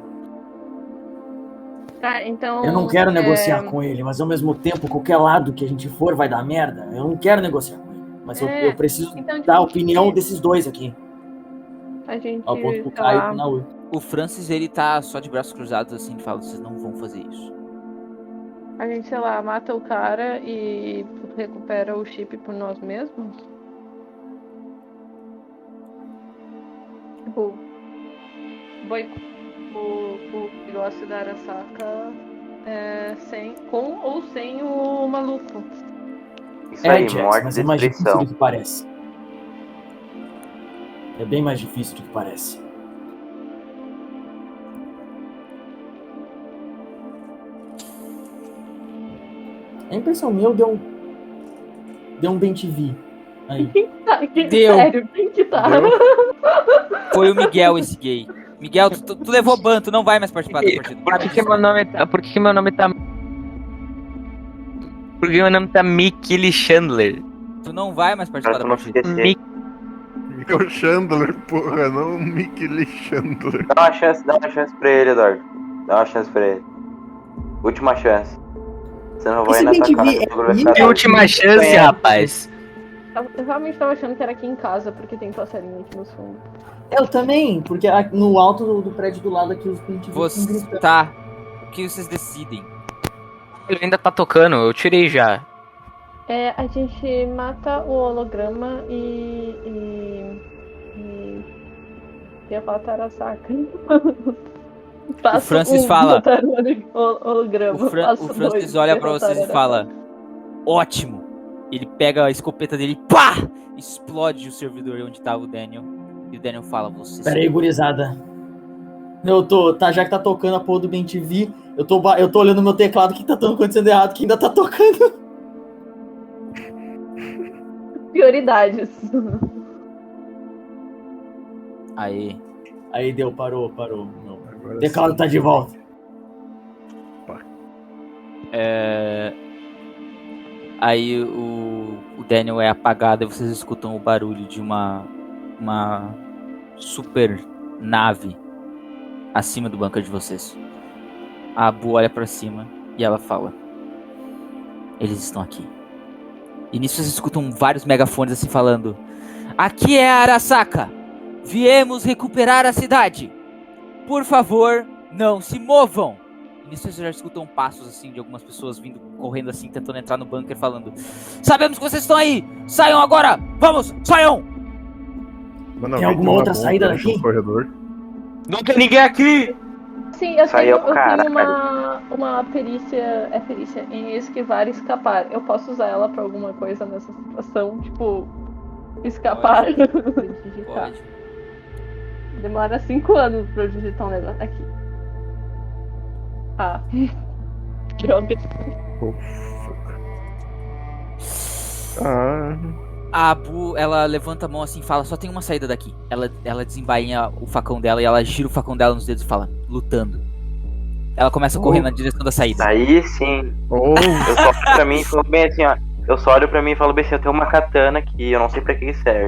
Tá, então. Eu não quero é, negociar com ele, mas ao mesmo tempo, qualquer lado que a gente for vai dar merda. Eu não quero negociar com ele. Mas eu, É, eu preciso então, dar a tipo, opinião desses dois aqui. A gente. Ao ponto pro tá Caio e lá. pro Naui. O Francis, ele tá só de braços cruzados assim, fala: vocês não vão fazer isso. A gente, sei lá, mata o cara e recupera o chip por nós mesmos? Tipo, boi- o, o negócio da Arasaka é, sem, com ou sem o maluco. Isso É, aí, Jax, morte mas e é mais difícil destruição. do que parece. É bem mais difícil do que parece. A impressão minha deu um. Deu um bem T V. Aí. Tá, que- Deu. Sério, quem que tá? Foi o Miguel esse gay. Miguel, tu, tu- tu levou ban, tu não vai mais participar da partida. Por que, que meu nome tá. Por que, que meu nome tá. Por que meu nome tá Mickey Chandler? Tu não vai mais participar Pra da tu não partida. esquecer. Meu Chandler, porra, não o Mickey Chandler. Dá uma chance, dá uma chance pra ele, Eduardo. Dá uma chance pra ele. Última chance. Você não vai Esse na bem tua T V cara é que vai muito- ficar- Que última chance, rapaz. Eu realmente tava achando que era aqui em casa, porque tem passarinho aqui no fundo. Eu também, porque a- no alto do, do prédio do lado aqui os bem T V Você ficam gritando. tá. O que vocês decidem? Ele ainda tá tocando, eu tirei já. É, a gente mata o holograma e. e. e. ia faltar a saca. O Francis fala- Holograma. O, Fran- Faço o Francis dois, olha pra derrotar vocês e a fala: ótimo, ele pega a escopeta dele e pá! Explode o servidor onde tava o Daniel. E o Daniel fala, você... Pera aí, gurizada. Eu tô, tá, já que tá tocando a porra do B M T V, eu tô, ba- eu tô olhando no meu teclado o que tá tão acontecendo errado, que ainda tá tocando. Prioridades. Aí. Aí deu, parou, parou. Não. Agora O teclado tá de volta. É... Aí o, o Daniel é apagado e vocês escutam o barulho de uma, uma super nave acima do bunker de vocês. A Abu olha pra cima e ela fala: eles estão aqui. E nisso vocês escutam vários megafones assim falando: aqui é Arasaka! Viemos recuperar a cidade! Por favor, não se movam! E nisso vocês já escutam passos assim de algumas pessoas vindo, correndo assim, tentando entrar no bunker, falando: sabemos que vocês estão aí! Saiam agora! Vamos, saiam! Mano, Tem alguém alguma uma outra bomba saída no daqui? corredor. Não tem ninguém aqui! Sim, eu Saiu, tenho, eu caralho. tenho uma, uma perícia, é perícia em esquivar e escapar. Eu posso usar ela pra alguma coisa nessa situação? Tipo, escapar. Digitar. Pode. Demora cinco anos pra eu digitar um negócio aqui. Ah. Droga. Ah, A Abu, ela levanta a mão assim e fala: só tem uma saída daqui. Ela, ela desembainha o facão dela e ela gira o facão dela nos dedos e fala: lutando. Ela começa a correr Oh. na direção da saída. Aí sim. oh, Eu só olho pra mim e falo bem assim, ó. Eu só olho pra mim e falo bem assim, eu tenho uma katana aqui, eu não sei pra que que serve.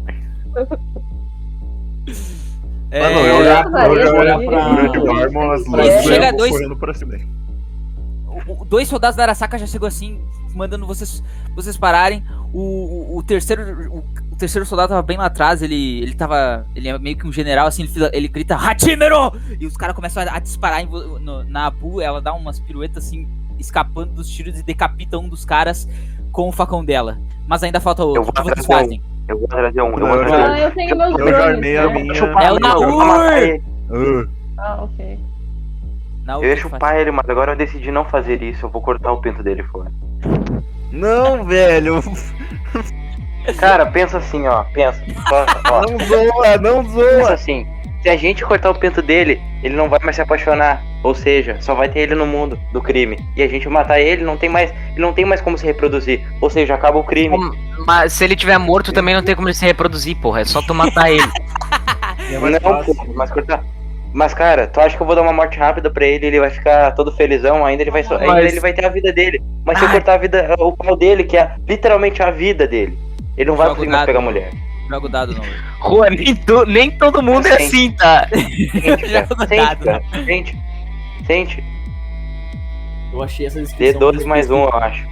É, Mano, eu já, eu já olha olho pra- durante o arma, as Isso luzes chega eu vou dois- correndo pra cima. o- o- dois soldados da Arasaka já chegou assim, mandando vocês, vocês pararem. O, o, o terceiro o, o terceiro soldado tava bem lá atrás, ele, ele tava. Ele é meio que um general, assim, ele, fica- ele grita Hachimero! E os caras começam a, a disparar em vo- no- na Abu, ela dá umas piruetas assim, escapando dos tiros e decapita um dos caras com o facão dela. Mas ainda falta outro. Eu O vou que vocês atrás fazem? Eu vou trazer um, eu Não, vou eu trazer Ah, eu tenho meus Eu já drones, armei a né? minha. É o Naur! Eu vou matar ele. Ah. Ah, ok. Não, Eu ia que faz? chupar ele, mas agora eu decidi não fazer isso. Eu vou cortar o pinto dele fora. Não, velho. Cara, pensa assim, ó. Pensa. Ó, ó. Não zoa, não Pensa zoa. assim. Se a gente cortar o pinto dele, ele não vai mais se apaixonar. Ou seja, só vai ter ele no mundo do crime. E a gente matar ele, não tem mais, ele não tem mais como se reproduzir. Ou seja, acaba o crime. Mas se ele tiver morto, também não tem como ele se reproduzir, porra. É só tu matar ele. É mais Não, fácil. pô, mas cortar. Mas, cara, tu acha que eu vou dar uma morte rápida pra ele, ele vai ficar todo felizão, ainda ele vai, so... ainda Mas- ele vai ter a vida dele. Mas se eu Ai. cortar a vida, o pau dele, que é literalmente a vida dele, ele não vai Joga o conseguir mais dado. pegar mulher. Joga o dado, não. Rua, nem, tu- nem todo mundo é Sim. assim, tá? Sente, Joga cara. o Sente, dado, cara. Sente. Sente. Eu achei essa D descrição. doze mais um, eu acho.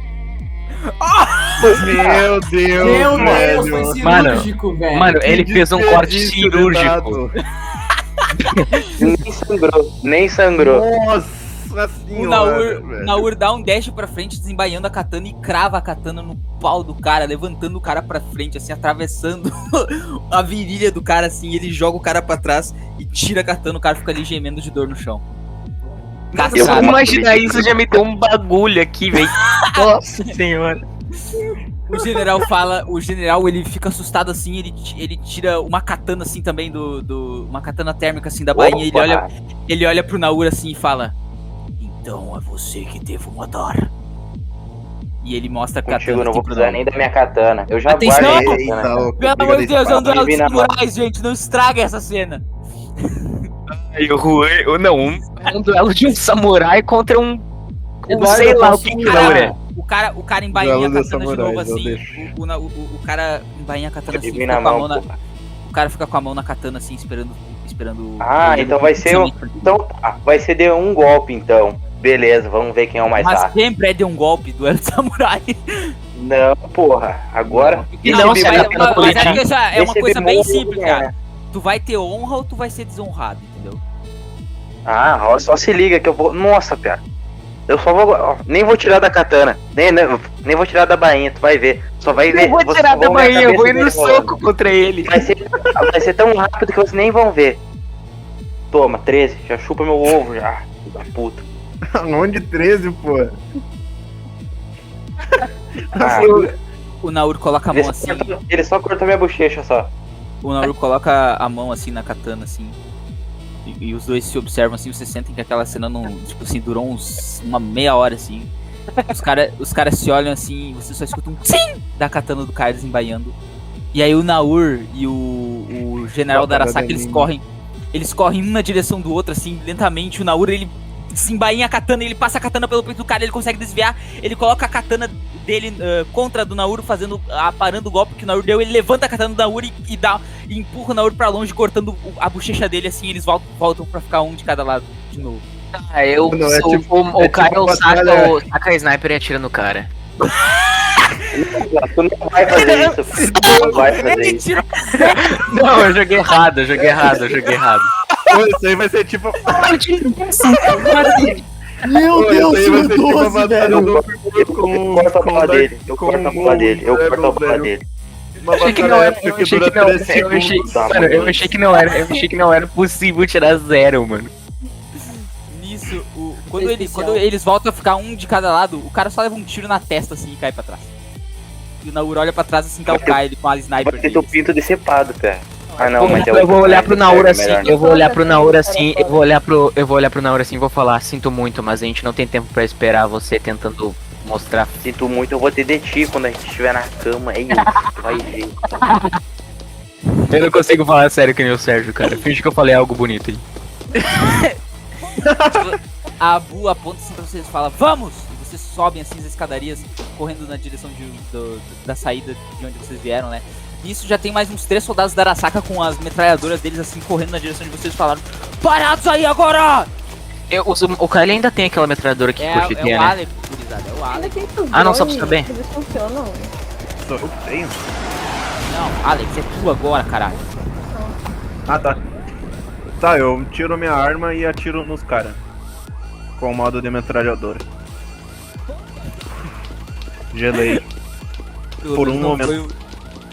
Meu Deus, Meu velho. Deus, foi Mano, cirúrgico, velho. Mano, ele fez um corte Desperdício de cirúrgico. dado. Nem sangrou, nem sangrou. Nossa O senhora, Naur, velho. Naur dá um dash pra frente, desembaiando a katana e crava a katana no pau do cara, levantando o cara pra frente, assim, atravessando a virilha do cara, assim. Ele joga o cara pra trás e tira a katana, o cara fica ali gemendo de dor no chão. Eu Só vou Caçado. imaginar isso já me deu um bagulho aqui, velho. Nossa senhora. O general fala, o general ele fica assustado assim, ele, ti- ele tira uma katana assim também do, do uma katana térmica assim da bainha, ele Opa. olha, ele olha pro Naur assim e fala: então é você que devo matar. E ele mostra a Contigo katana eu não assim vou pro precisar Naur. nem da minha katana. Eu já Atenção! guardo a Eita, katana. ô, Pelo liga amor de desse Deus, é um papo. duelo de Divina samurais, gente, não estraga essa cena. Ai, o Juan. o- Não, um, um duelo de um samurai contra um. um Eduardo, sei eu lá o posso- que que Cara, não é. o cara, o cara embainha a Duelo de katana de novo samurais, eu assim, deixo. o, o, o, o cara embainha a katana assim, Divina fica com a mão mão, na, porra. o cara fica com a mão na katana assim, esperando, esperando. Ah, ele- então vai ser um- Então tá, vai ser de um golpe então. Beleza, vamos ver quem é o mais Mas rápido. sempre é de um golpe, duelo de samurai. Não, porra. Agora. E Não, não, mas, se mas, vale a pena mas é colidir. que essa é uma Esse coisa bemol bem eu simples, vou ganhar. cara. Tu vai ter honra ou tu vai ser desonrado, entendeu? Ah, ó, só se liga que eu vou. Nossa, cara. Eu só vou. Ó, nem vou tirar da katana. Nem, nem, nem vou tirar da bainha, tu vai ver. Só vai ver. Eu vou vocês tirar vão da ver a bainha, eu vou ir cabeça no dele rolando. soco contra ele. Vai ser, vai ser tão rápido que vocês nem vão ver. Toma, treze. Já chupa meu ovo já. Filho da puta. Onde treze, pô? Ah, O Nauru coloca a ele, mão só assim. cortou, ele só cortou minha bochecha só. O Nauru coloca a mão assim na katana, assim. E, e os dois se observam assim, vocês sentem que aquela cena não, tipo assim, durou uns uma meia hora assim. Os caras os cara se olham assim, você só escuta um tsim da katana do cara desembaiando. E aí o Naur e o, o general da Arasaka, eles correm. Eles correm um na direção do outro, assim, lentamente. O Naur, ele se embainha a katana, ele passa a katana pelo peito do cara, ele consegue desviar. Ele coloca a katana dele uh, contra a do Naur, fazendo, uh, parando o golpe que o Naur deu. Ele levanta a katana do Naur e, e, dá, e empurra o Naur pra longe, cortando a bochecha dele, assim. Eles voltam, voltam pra ficar um de cada lado, de novo. Ah, eu, Não, é o, tipo- o, o é Kyle tipo saca, batalha- o, saca a sniper e atira no cara. Tu não vai fazer isso. Tu não vai fazer isso. Não, eu joguei errado, eu joguei errado, eu joguei errado. Pô, isso aí vai ser tipo. Meu Pô, Deus, isso aí vai ser tipo a doze, batalha velho. do Eu com corto a com bala da- dele. Eu com corto a o bala dele. Eu corto a Rebel, bala velho. dele. Uma Eu achei que batalha não era, épica eu que achei dura que não, três eu achei, segundos. Tá, mano, eu achei que não era, eu achei que não era possível tirar zero, mano. Nisso, o, quando, ele, quando eles voltam a ficar um de cada lado, o cara só leva um tiro na testa, assim, e cai pra trás. E o Naur olha pra trás, assim, tá o Kai, ele com a sniper Vai ter dele. teu pinto decepado, pé. Ah não, mas é Eu vou olhar pro Naur assim, melhor não. eu vou olhar pro Naur assim, eu vou olhar pro, eu vou olhar pro Naur assim e vou falar, sinto muito, mas a gente não tem tempo pra esperar você tentando mostrar. Sinto muito, eu vou ter de ti quando a gente estiver na cama. É isso, tu vai ver. Eu não consigo falar sério que nem o Sérgio, cara. Finge que eu falei algo bonito aí. A Bu aponta assim pra vocês e fala, vamos! E vocês sobem assim as escadarias, correndo na direção de, do, da saída de onde vocês vieram, né? Nisso já tem mais uns três soldados da Arasaka com as metralhadoras deles assim, correndo na direção de vocês e falaram, parados aí agora! Eu, o, o Kyle ainda tem aquela metralhadora que É, curte é ter, o né? Alec, gurizada, é o Ainda Alec. tem esses Ah, não, só pra drones, saber. Eles funcionam. Só eu tenho. Não, Alex, é tu agora, caralho. Ah, tá. Tá, eu tiro minha arma e atiro nos caras. Com o modo de metralhadora. Gelei. Pelo Por menos um não momento. foi o-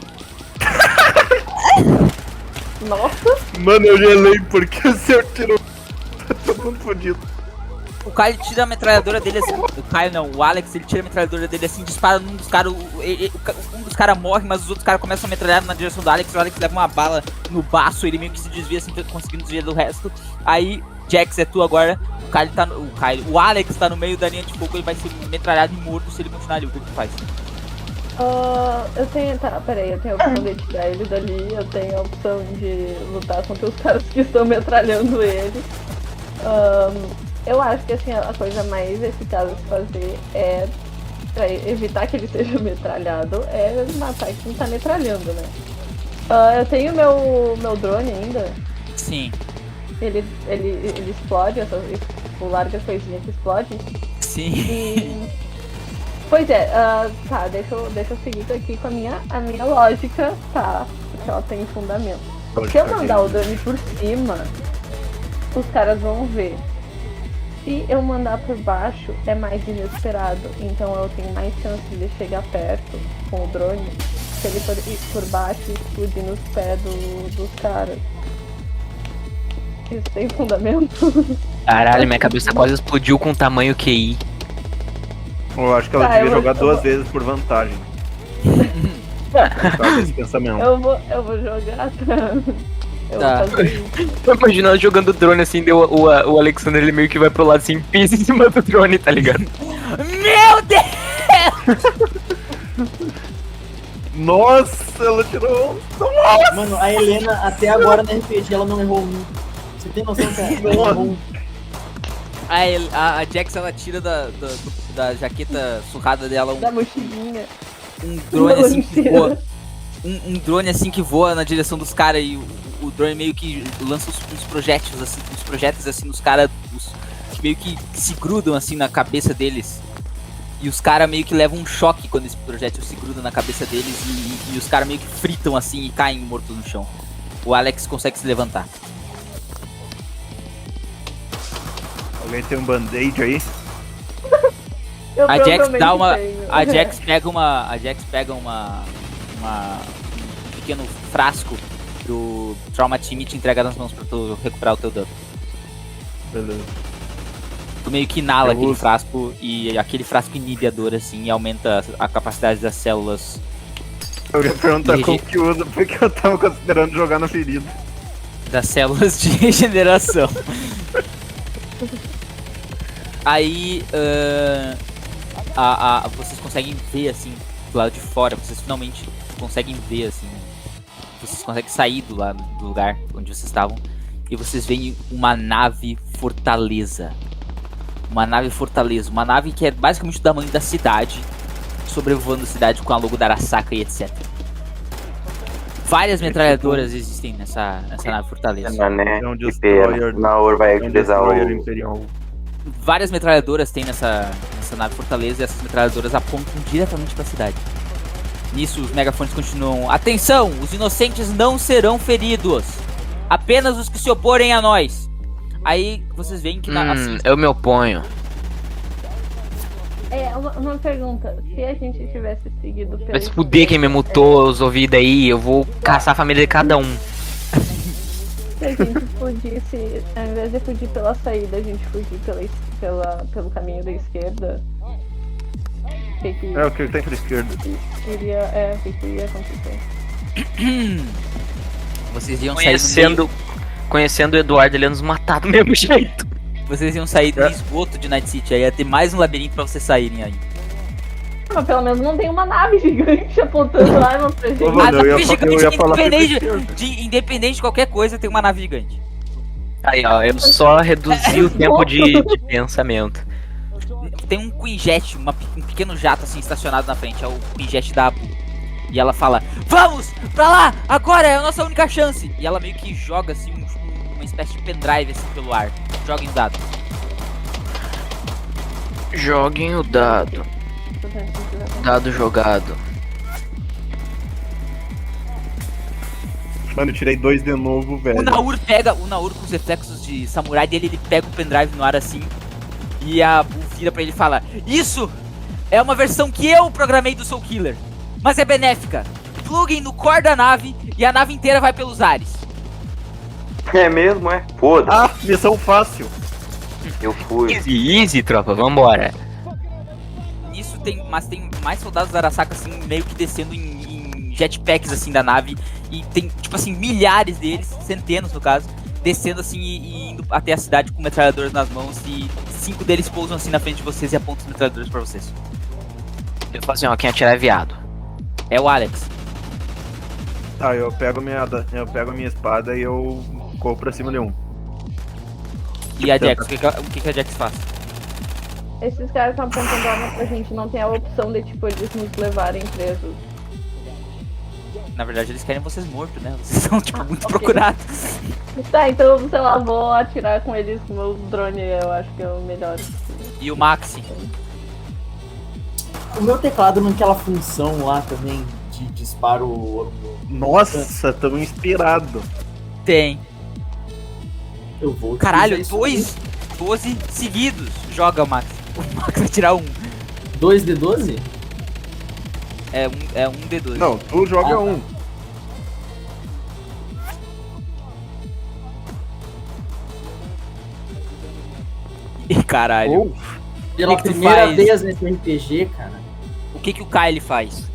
Nossa, Mano, eu gelei porque se eu tiro. Tá todo mundo fodido. O Kyle tira a metralhadora dele assim. O Kyle não, o Alex, ele tira a metralhadora dele assim, dispara num dos caras. o- ele- o ca- Um dos caras morre, mas os outros caras começam a metralhar na direção do Alex. O Alex leva uma bala no baço, ele meio que se desvia assim, conseguindo desviar do resto. Aí, Jax, é tu agora. O Kyle tá no. O Kyle, o Alex tá no meio da linha de fogo, ele vai ser metralhado e morto se ele continuar ali. O que que tu faz? ah, eu tenho. Tá, peraí, eu tenho a opção de tirar ele dali, eu tenho a opção de lutar contra os caras que estão metralhando ele. Ahn, eu acho que assim, a coisa mais eficaz a se fazer é, pra evitar que ele seja metralhado, é matar quem tá metralhando, né? Ah, eu tenho meu, meu drone ainda. Sim, Ele, ele, ele explode, essa, tipo, larga coisinha que explode. sim. E... Pois é, ah, tá, deixa eu, deixa eu seguir aqui com a minha, a minha lógica, tá? Porque ela tem fundamento. Se eu mandar o drone por cima, os caras vão ver. Se eu mandar por baixo, é mais inesperado. Então eu tenho mais chance de chegar perto com o drone se ele for ir por baixo e explodir nos pés do, dos caras. Isso tem fundamento? Caralho, minha cabeça quase explodiu com o tamanho Q I. Eu acho que ela Tá, devia eu vou- jogar eu duas vou- vezes por vantagem. Por causa desse pensamento. Eu vou, eu vou jogar. Eu Tá. vou fazer isso. Tô imaginando jogando drone assim, deu o, o, o Alexander ele meio que vai pro lado assim, pisa em cima do drone, tá ligado? Meu Deus! Nossa, ela tirou. Mano, a Helena até agora na R P G ela não errou um. Você tem noção que ela não errou um? A, El- a, a Jax, ela tira da, da, do- da jaqueta surrada dela um, Da mochilinha. um drone Não, assim que mentira. voa. Um, um drone assim que voa na direção dos caras e o, o drone meio que lança uns, uns projéteis assim, uns projéteis assim nos caras, que meio que se grudam assim na cabeça deles. E os caras meio que levam um choque quando esse projétil se gruda na cabeça deles e, e- e os caras meio que fritam assim e caem mortos no chão. O Alex consegue se levantar. Alguém tem um band-aid aí? Eu A Jax provavelmente dá uma. tenho. A Jax pega uma. A Jax pega uma. uma um pequeno frasco do Trauma Team e te entrega nas mãos pra tu recuperar o teu dano. Beleza. Tu meio que inala Eu aquele uso. frasco e aquele frasco inibe a dor, assim, e aumenta a capacidade das células. Eu ia perguntar Dirigi- como que usa, porque eu tava considerando jogar na ferida. Das células de regeneração. Aí, ahn, a, a, vocês conseguem ver, assim, do lado de fora, vocês finalmente conseguem ver, assim, vocês conseguem sair do, lado, do lugar onde vocês estavam, e vocês veem uma nave fortaleza. Uma nave fortaleza, uma nave que é basicamente do tamanho da cidade, sobrevoando a cidade com a logo da Arasaka e etcétera. Várias metralhadoras existem nessa, nessa nave fortaleza. Né? É um Que pena. destroyer. O Naor vai É um utilizar destroyer o. imperial. Várias metralhadoras tem nessa, nessa nave fortaleza e essas metralhadoras apontam diretamente pra cidade. Nisso, os megafones continuam: atenção, os inocentes não serão feridos, apenas os que se oporem a nós. Aí vocês veem que na, Hum, assim, eu me oponho. É, uma, uma pergunta. Se a gente tivesse seguido pelo. Vai se fuder quem me mutou os ouvidos aí, eu vou caçar a família de cada um. Se a gente fugisse, ao invés de fugir pela saída, a gente fugir pela, es- pela, pelo caminho da esquerda. O que que É, o que ele tem pra esquerda. iria, é, o que que ia acontecer? vocês iam sair no meio, Conhecendo, conhecendo o Eduardo, ele ia nos matar do mesmo jeito. vocês iam sair do É. esgoto de Night City. Aí ia ter mais um labirinto pra vocês saírem aí. Mas pelo menos não tem uma nave gigante apontando arma pra gente. Ô, A mano, eu ia, nave fa- eu gigante ia falar pra independente, esquerda. de, independente de qualquer coisa, tem uma nave gigante. Aí, ó, eu só reduzi o tempo de, de pensamento. Tem um Quinjet, uma pe- um pequeno jato assim estacionado na frente, é o Quinjet da Abu. E ela fala: vamos pra lá, agora é a nossa única chance. E ela meio que joga assim um- uma espécie de pendrive assim pelo ar. Joga em dado. Joguem o dado. Dado jogado. Mano, eu tirei dois de novo, velho. O Naur pega, o Naur com os reflexos de samurai dele, ele pega o pendrive no ar assim. E a Abu vira pra ele e fala: isso é uma versão que eu programei do Soul Killer, mas é benéfica. Pluguem no core da nave e a nave inteira vai pelos ares. É mesmo, é? Foda-se. Ah, missão fácil. Eu fui. Easy, easy, tropa, vambora. Nisso tem, mas tem mais soldados da Arasaka assim, meio que descendo em, em jetpacks assim da nave. E tem, tipo assim, milhares deles, centenas no caso, descendo assim e, e indo até a cidade com metralhadoras nas mãos. E cinco deles pousam assim na frente de vocês e apontam os metralhadores pra vocês. Eu falo assim, ó, quem atirar é viado. É o Alex. Tá, eu pego minha, eu pego a minha espada e eu corro pra cima de um. E a Jax, o que, que, a- o que, que a Jax faz? Esses caras estão apontando arma pra gente, não tem a opção de, tipo, eles nos levarem presos. Na verdade, eles querem vocês mortos, né? Vocês são, tipo, Ah, muito ok. procurados. Tá, então, sei lá, vou atirar com eles com o meu drone, eu acho que é o melhor. E o Maxi. O meu teclado não tem aquela função lá também de disparo. Nossa, tamo inspirado. Tem. Eu vou. Caralho, utilizar isso dois, doze seguidos. Joga o Max. O Max vai tirar um. aí. dois de doze? É um, é um D doze. Não, tu joga Ah, tá. um. Ih, caralho. Ou Pela que que tu primeira faz? vez nesse R P G, cara. O que que o Kyle faz?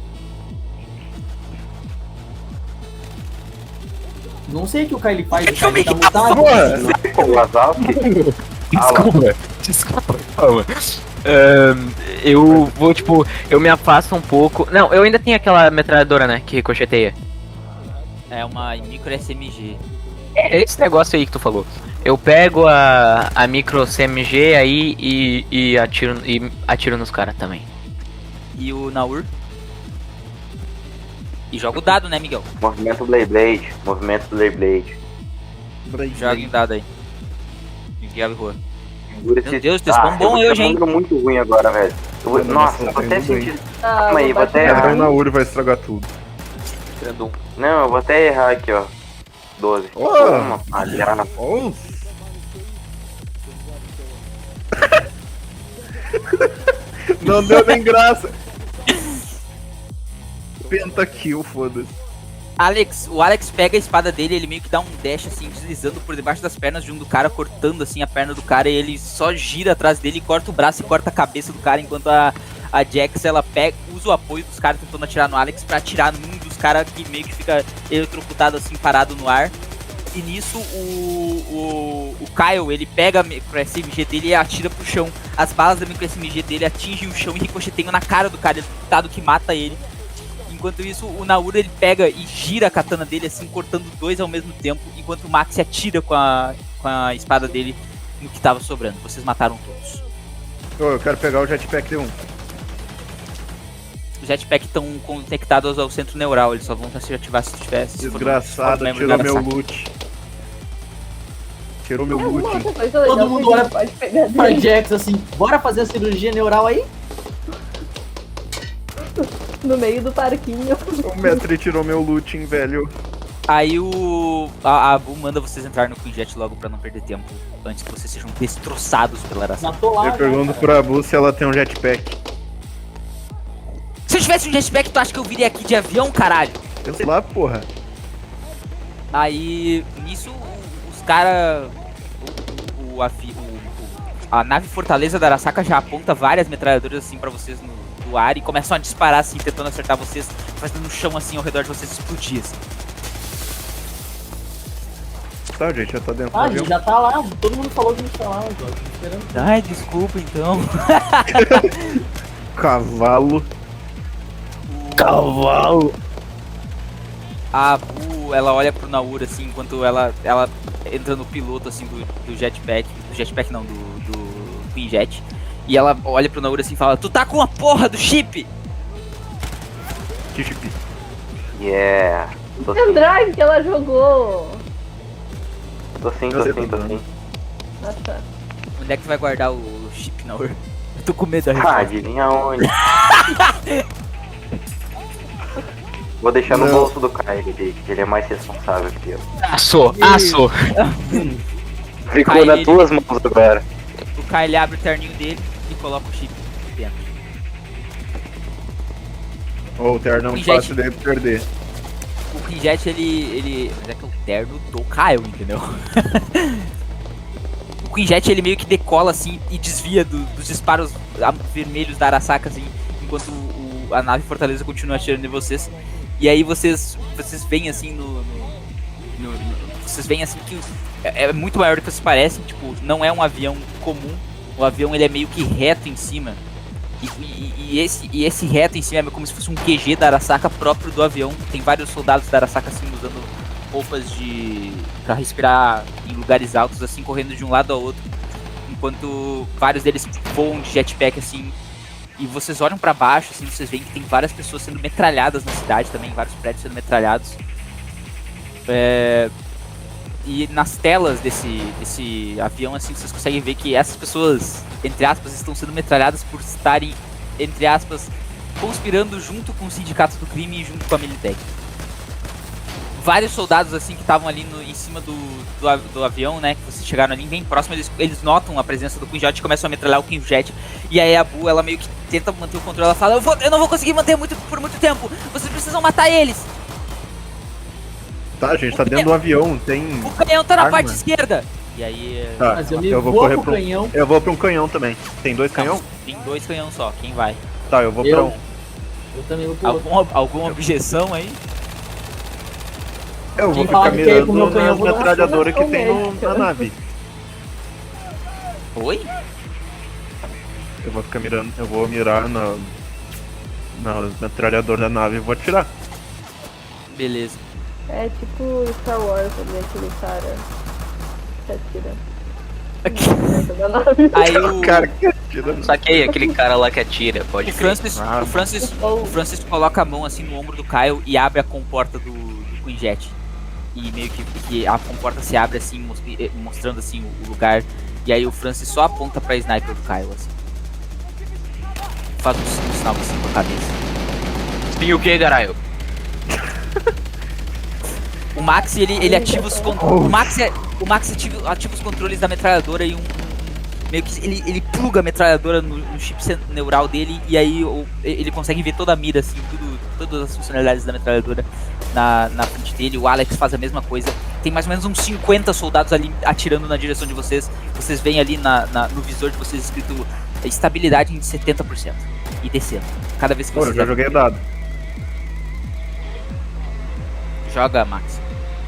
Não sei o que o Kylie faz, o Calma Kylie aí, tá mutado. porra! Não é com o Wazowski? Desculpa, desculpa, calma. Ahn, eu vou, tipo, eu me afasto um pouco. Não, eu ainda tenho aquela metralhadora, né, que ricocheteia. É uma micro S M G. É esse negócio aí que tu falou. Eu pego a, a micro C M G aí e, e, atiro, e atiro nos caras também. E o Naur? E joga o dado, né, Miguel? Movimento Blade Blade. Movimento Blade Blade. Joga em dado aí. Miguel e Juan. Segura Meu esse- Deus, vocês estão Ah, bom eu hoje, tô hein? um número muito ruim agora, velho. Eu vou- Mano, Nossa, mas eu vou tá até indo bem. sentir. Tá, Calma aí, vou vou até baixar. Entrando errar. na Uri vai estragar tudo. Não, eu vou até errar aqui, ó. doze. Ó. Toma, aliás. Oh. Não deu nem graça. Pentakill, foda-se. Alex, o Alex pega a espada dele, ele meio que dá um dash assim, deslizando por debaixo das pernas de um do cara, cortando assim a perna do cara, e ele só gira atrás dele, corta o braço e corta a cabeça do cara, enquanto a, a Jax, ela pega, usa o apoio dos caras tentando atirar no Alex pra atirar num dos caras que meio que fica eletrocutado assim, parado no ar. E nisso o, o, o Kyle, ele pega a micro S M G dele e atira pro chão. As balas da micro S M G dele atingem o chão e ricocheteiam na cara do cara, eletrocutado, que mata ele. Enquanto isso, o Naura ele pega e gira a katana dele, assim, cortando dois ao mesmo tempo, enquanto o Max atira com a, com a espada dele no que tava sobrando. Vocês mataram todos. Ô, eu quero pegar o jetpack D um. Os jetpack estão conectados ao centro neural, eles só vão se ativar se tivesse. se for- Desgraçado, se for membro tirou da meu Arasaka. loot. Tirou meu Tem alguma loot. outra coisa legal Todo mundo que a gente olha pode pegar Pra dele Jax, assim, bora fazer a cirurgia neural aí? no meio do parquinho. O Metri tirou meu loot, hein, velho. Aí o. A, a Bull manda vocês entrar no Queen Jet logo pra não perder tempo, antes que vocês sejam destroçados pela Arasaka. Já tô lá. Eu já, pergunto cara. pra Bu se ela tem um jetpack. Se eu tivesse um jetpack, tu acha que eu viria aqui de avião, caralho? Eu sei lá, porra. Aí, nisso, os caras. O, o, avi- o- o- a nave Fortaleza da Arasaka já aponta várias metralhadoras assim pra vocês no, no ar e começam a disparar assim, tentando acertar vocês, fazendo o chão assim ao redor de vocês explodir. Assim. Tá, gente, já tá dentro do Ah, a avião. gente já tá lá. Todo mundo falou que a gente tá lá, Jorge. Tô esperando. Ai, desculpa então. Cavalo. Cavalo! A Bu, ela olha pro Naura assim, enquanto ela, ela entra no piloto assim do, do jetpack. Do jetpack não, do, do Queen Jet. E ela olha pro Naura assim e fala: Tu tá com a porra do chip! Que chip? Yeah. Tô O sim, drive que ela jogou. tô sim, Eu tô sei sim, tô tudo. sim. Ah, tá. Onde é que tu vai guardar o chip, Naura? Eu tô com medo da Ah, resposta. adivinha onde? Vou deixar no Não. bolso do Kai, ele, ele é mais responsável que eu. Aço, aço. Ficou Kai, nas ele- tuas mãos agora. O Kai ele abre o terninho dele e coloca o chip dentro. Ô, o terno é um Queen Jet. fácil dele perder. O Queen Jet, ele, ele. Mas é que é o terno do Kyle, entendeu? O Queen Jet, ele meio que decola assim e desvia do- dos disparos a- vermelhos da Arasaka, assim, enquanto o- a nave Fortaleza continua atirando em vocês. E aí vocês. Vocês veem assim no. no- no- no- vocês veem assim que é, é muito maior do que vocês parecem, tipo, não é um avião comum. O avião ele é meio que reto em cima. E, e- e esse, e esse reto em cima é como se fosse um Q G da Arasaka próprio do avião. Tem vários soldados da Arasaka assim usando roupas de pra respirar em lugares altos, assim, correndo de um lado ao outro, enquanto vários deles voam de jetpack assim. E vocês olham pra baixo, assim, vocês veem que tem várias pessoas sendo metralhadas na cidade também, vários prédios sendo metralhados. É... E nas telas desse, desse avião, assim, vocês conseguem ver que essas pessoas, entre aspas, estão sendo metralhadas por estarem, entre aspas, conspirando junto com o sindicato do crime e junto com a Militech. Vários soldados, assim, que estavam ali no, em cima do, do, av- do avião, né, que vocês chegaram ali bem próximo, eles, eles notam a presença do Queen Jet e começam a metralhar o Queen Jet. E aí a Bu, ela meio que tenta manter o controle, ela fala: eu, vou, eu não vou conseguir manter muito, por muito tempo, vocês precisam matar eles. Tá, gente, tá dentro do avião, tem. O canhão tá na Arma. parte esquerda. E aí, é, Tá, Mas eu me eu vou vou correr pro pro. canhão. Eu vou pra um canhão também. Tem dois canhão? tem dois canhões só, quem vai? Tá, eu vou Eu. pra um. Eu também vou pro outro. Alguma, alguma objeção aí? Eu vou Quem ficar fala que quer ir pro meu mirando canhão, eu nas vou dar uma metralhadoras que surra tem no- médica. na nave. Oi? Eu vou ficar mirando, eu vou mirar na. Na metralhadora da nave e vou atirar. Beleza. É tipo Star Wars ali, aquele cara que atira. Da nave. Aí o, Cara, que atira. Saquei aquele cara lá que atira, pode o crer. Francis, Ah, o Francis, o Francis coloca a mão assim no ombro do Kyle e abre a comporta do, do Queen Jet. E meio que, que a comporta se abre assim, mos- eh, mostrando assim o, o lugar. E aí o Francis só aponta pra sniper do Kyle assim. Faz um, um sinal assim com a cabeça. Sim, o que, caralho? O Max, ele, ele ativa os con- o Max, é- o Max ativa, ativa os controles da metralhadora e um, meio que ele, ele pluga a metralhadora no, no chip neural dele e aí o, ele consegue ver toda a mira, assim, tudo, todas as funcionalidades da metralhadora na, na frente dele. O Alex faz a mesma coisa. Tem mais ou menos uns cinquenta soldados ali atirando na direção de vocês. Vocês veem ali na, na, no visor de vocês escrito estabilidade em setenta por cento e descendo. Cada vez que Pô, vocês... eu já joguei dado. Joga, Max.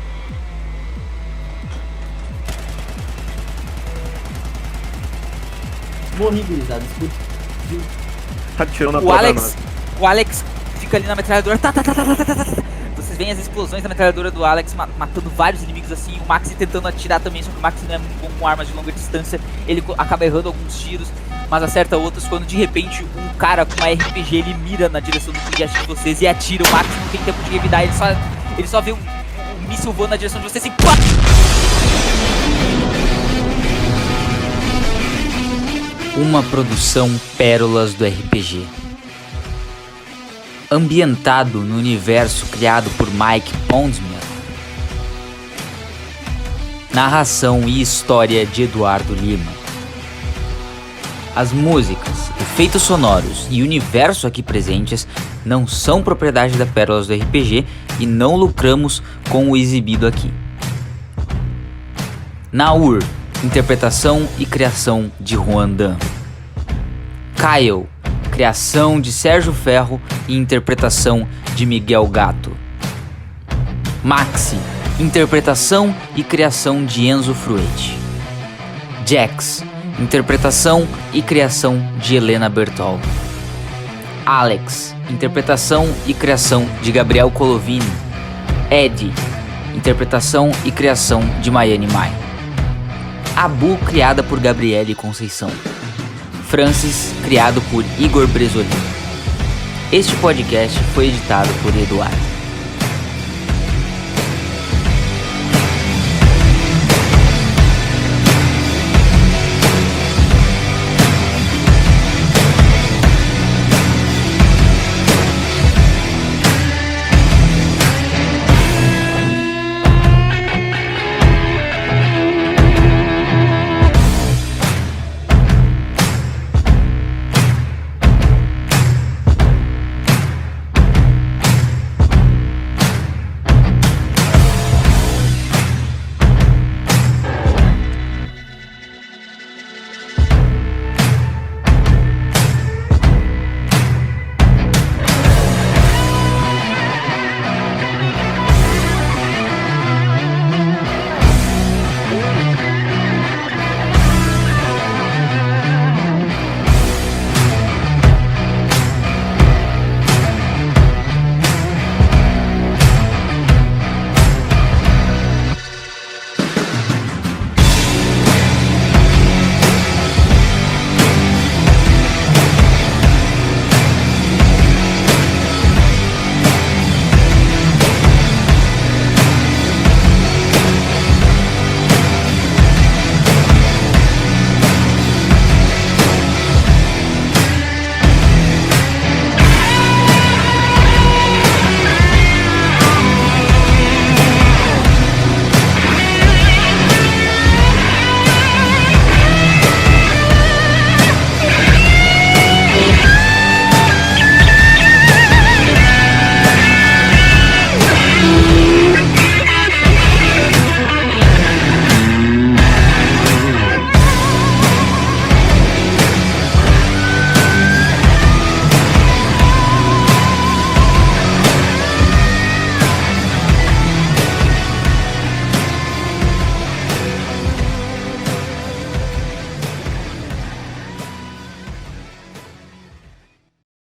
Morri, gurizada. Atirou na O porta da Alex, nave. o Alex fica ali na metralhadora. Tá, tá, tá, tá, tá, tá, tá. Vocês veem as explosões da metralhadora do Alex ma- matando vários inimigos assim. O Max tentando atirar também, só que o Max não é muito bom com armas de longa distância. Ele co- acaba errando alguns tiros, mas acerta outros. Quando de repente um cara com uma R P G ele mira na direção do foguete de vocês e atira. O Max não tem tempo de revidar. Ele só, ele só vê um, um míssil voando na direção de vocês e pá! Uma produção Pérolas do R P G. Ambientado no universo criado por Mike Pondsmith. Narração e história de Eduardo Lima. As músicas, efeitos sonoros e universo aqui presentes não são propriedade da Pérolas do R P G e não lucramos com o exibido aqui. Naur, interpretação e criação de Juan Dan. Kyle, criação de Sérgio Ferro e interpretação de Miguel Gato. Maxi, interpretação e criação de Enzo Fruete. Jax, interpretação e criação de Helena Bertol. Alex, interpretação e criação de Gabriel Colovini. Ed, interpretação e criação de Maiane Mai. Abu, criada por Gabriele Conceição. Francis, criado por Igor Bresolino. Este podcast foi editado por Eduardo.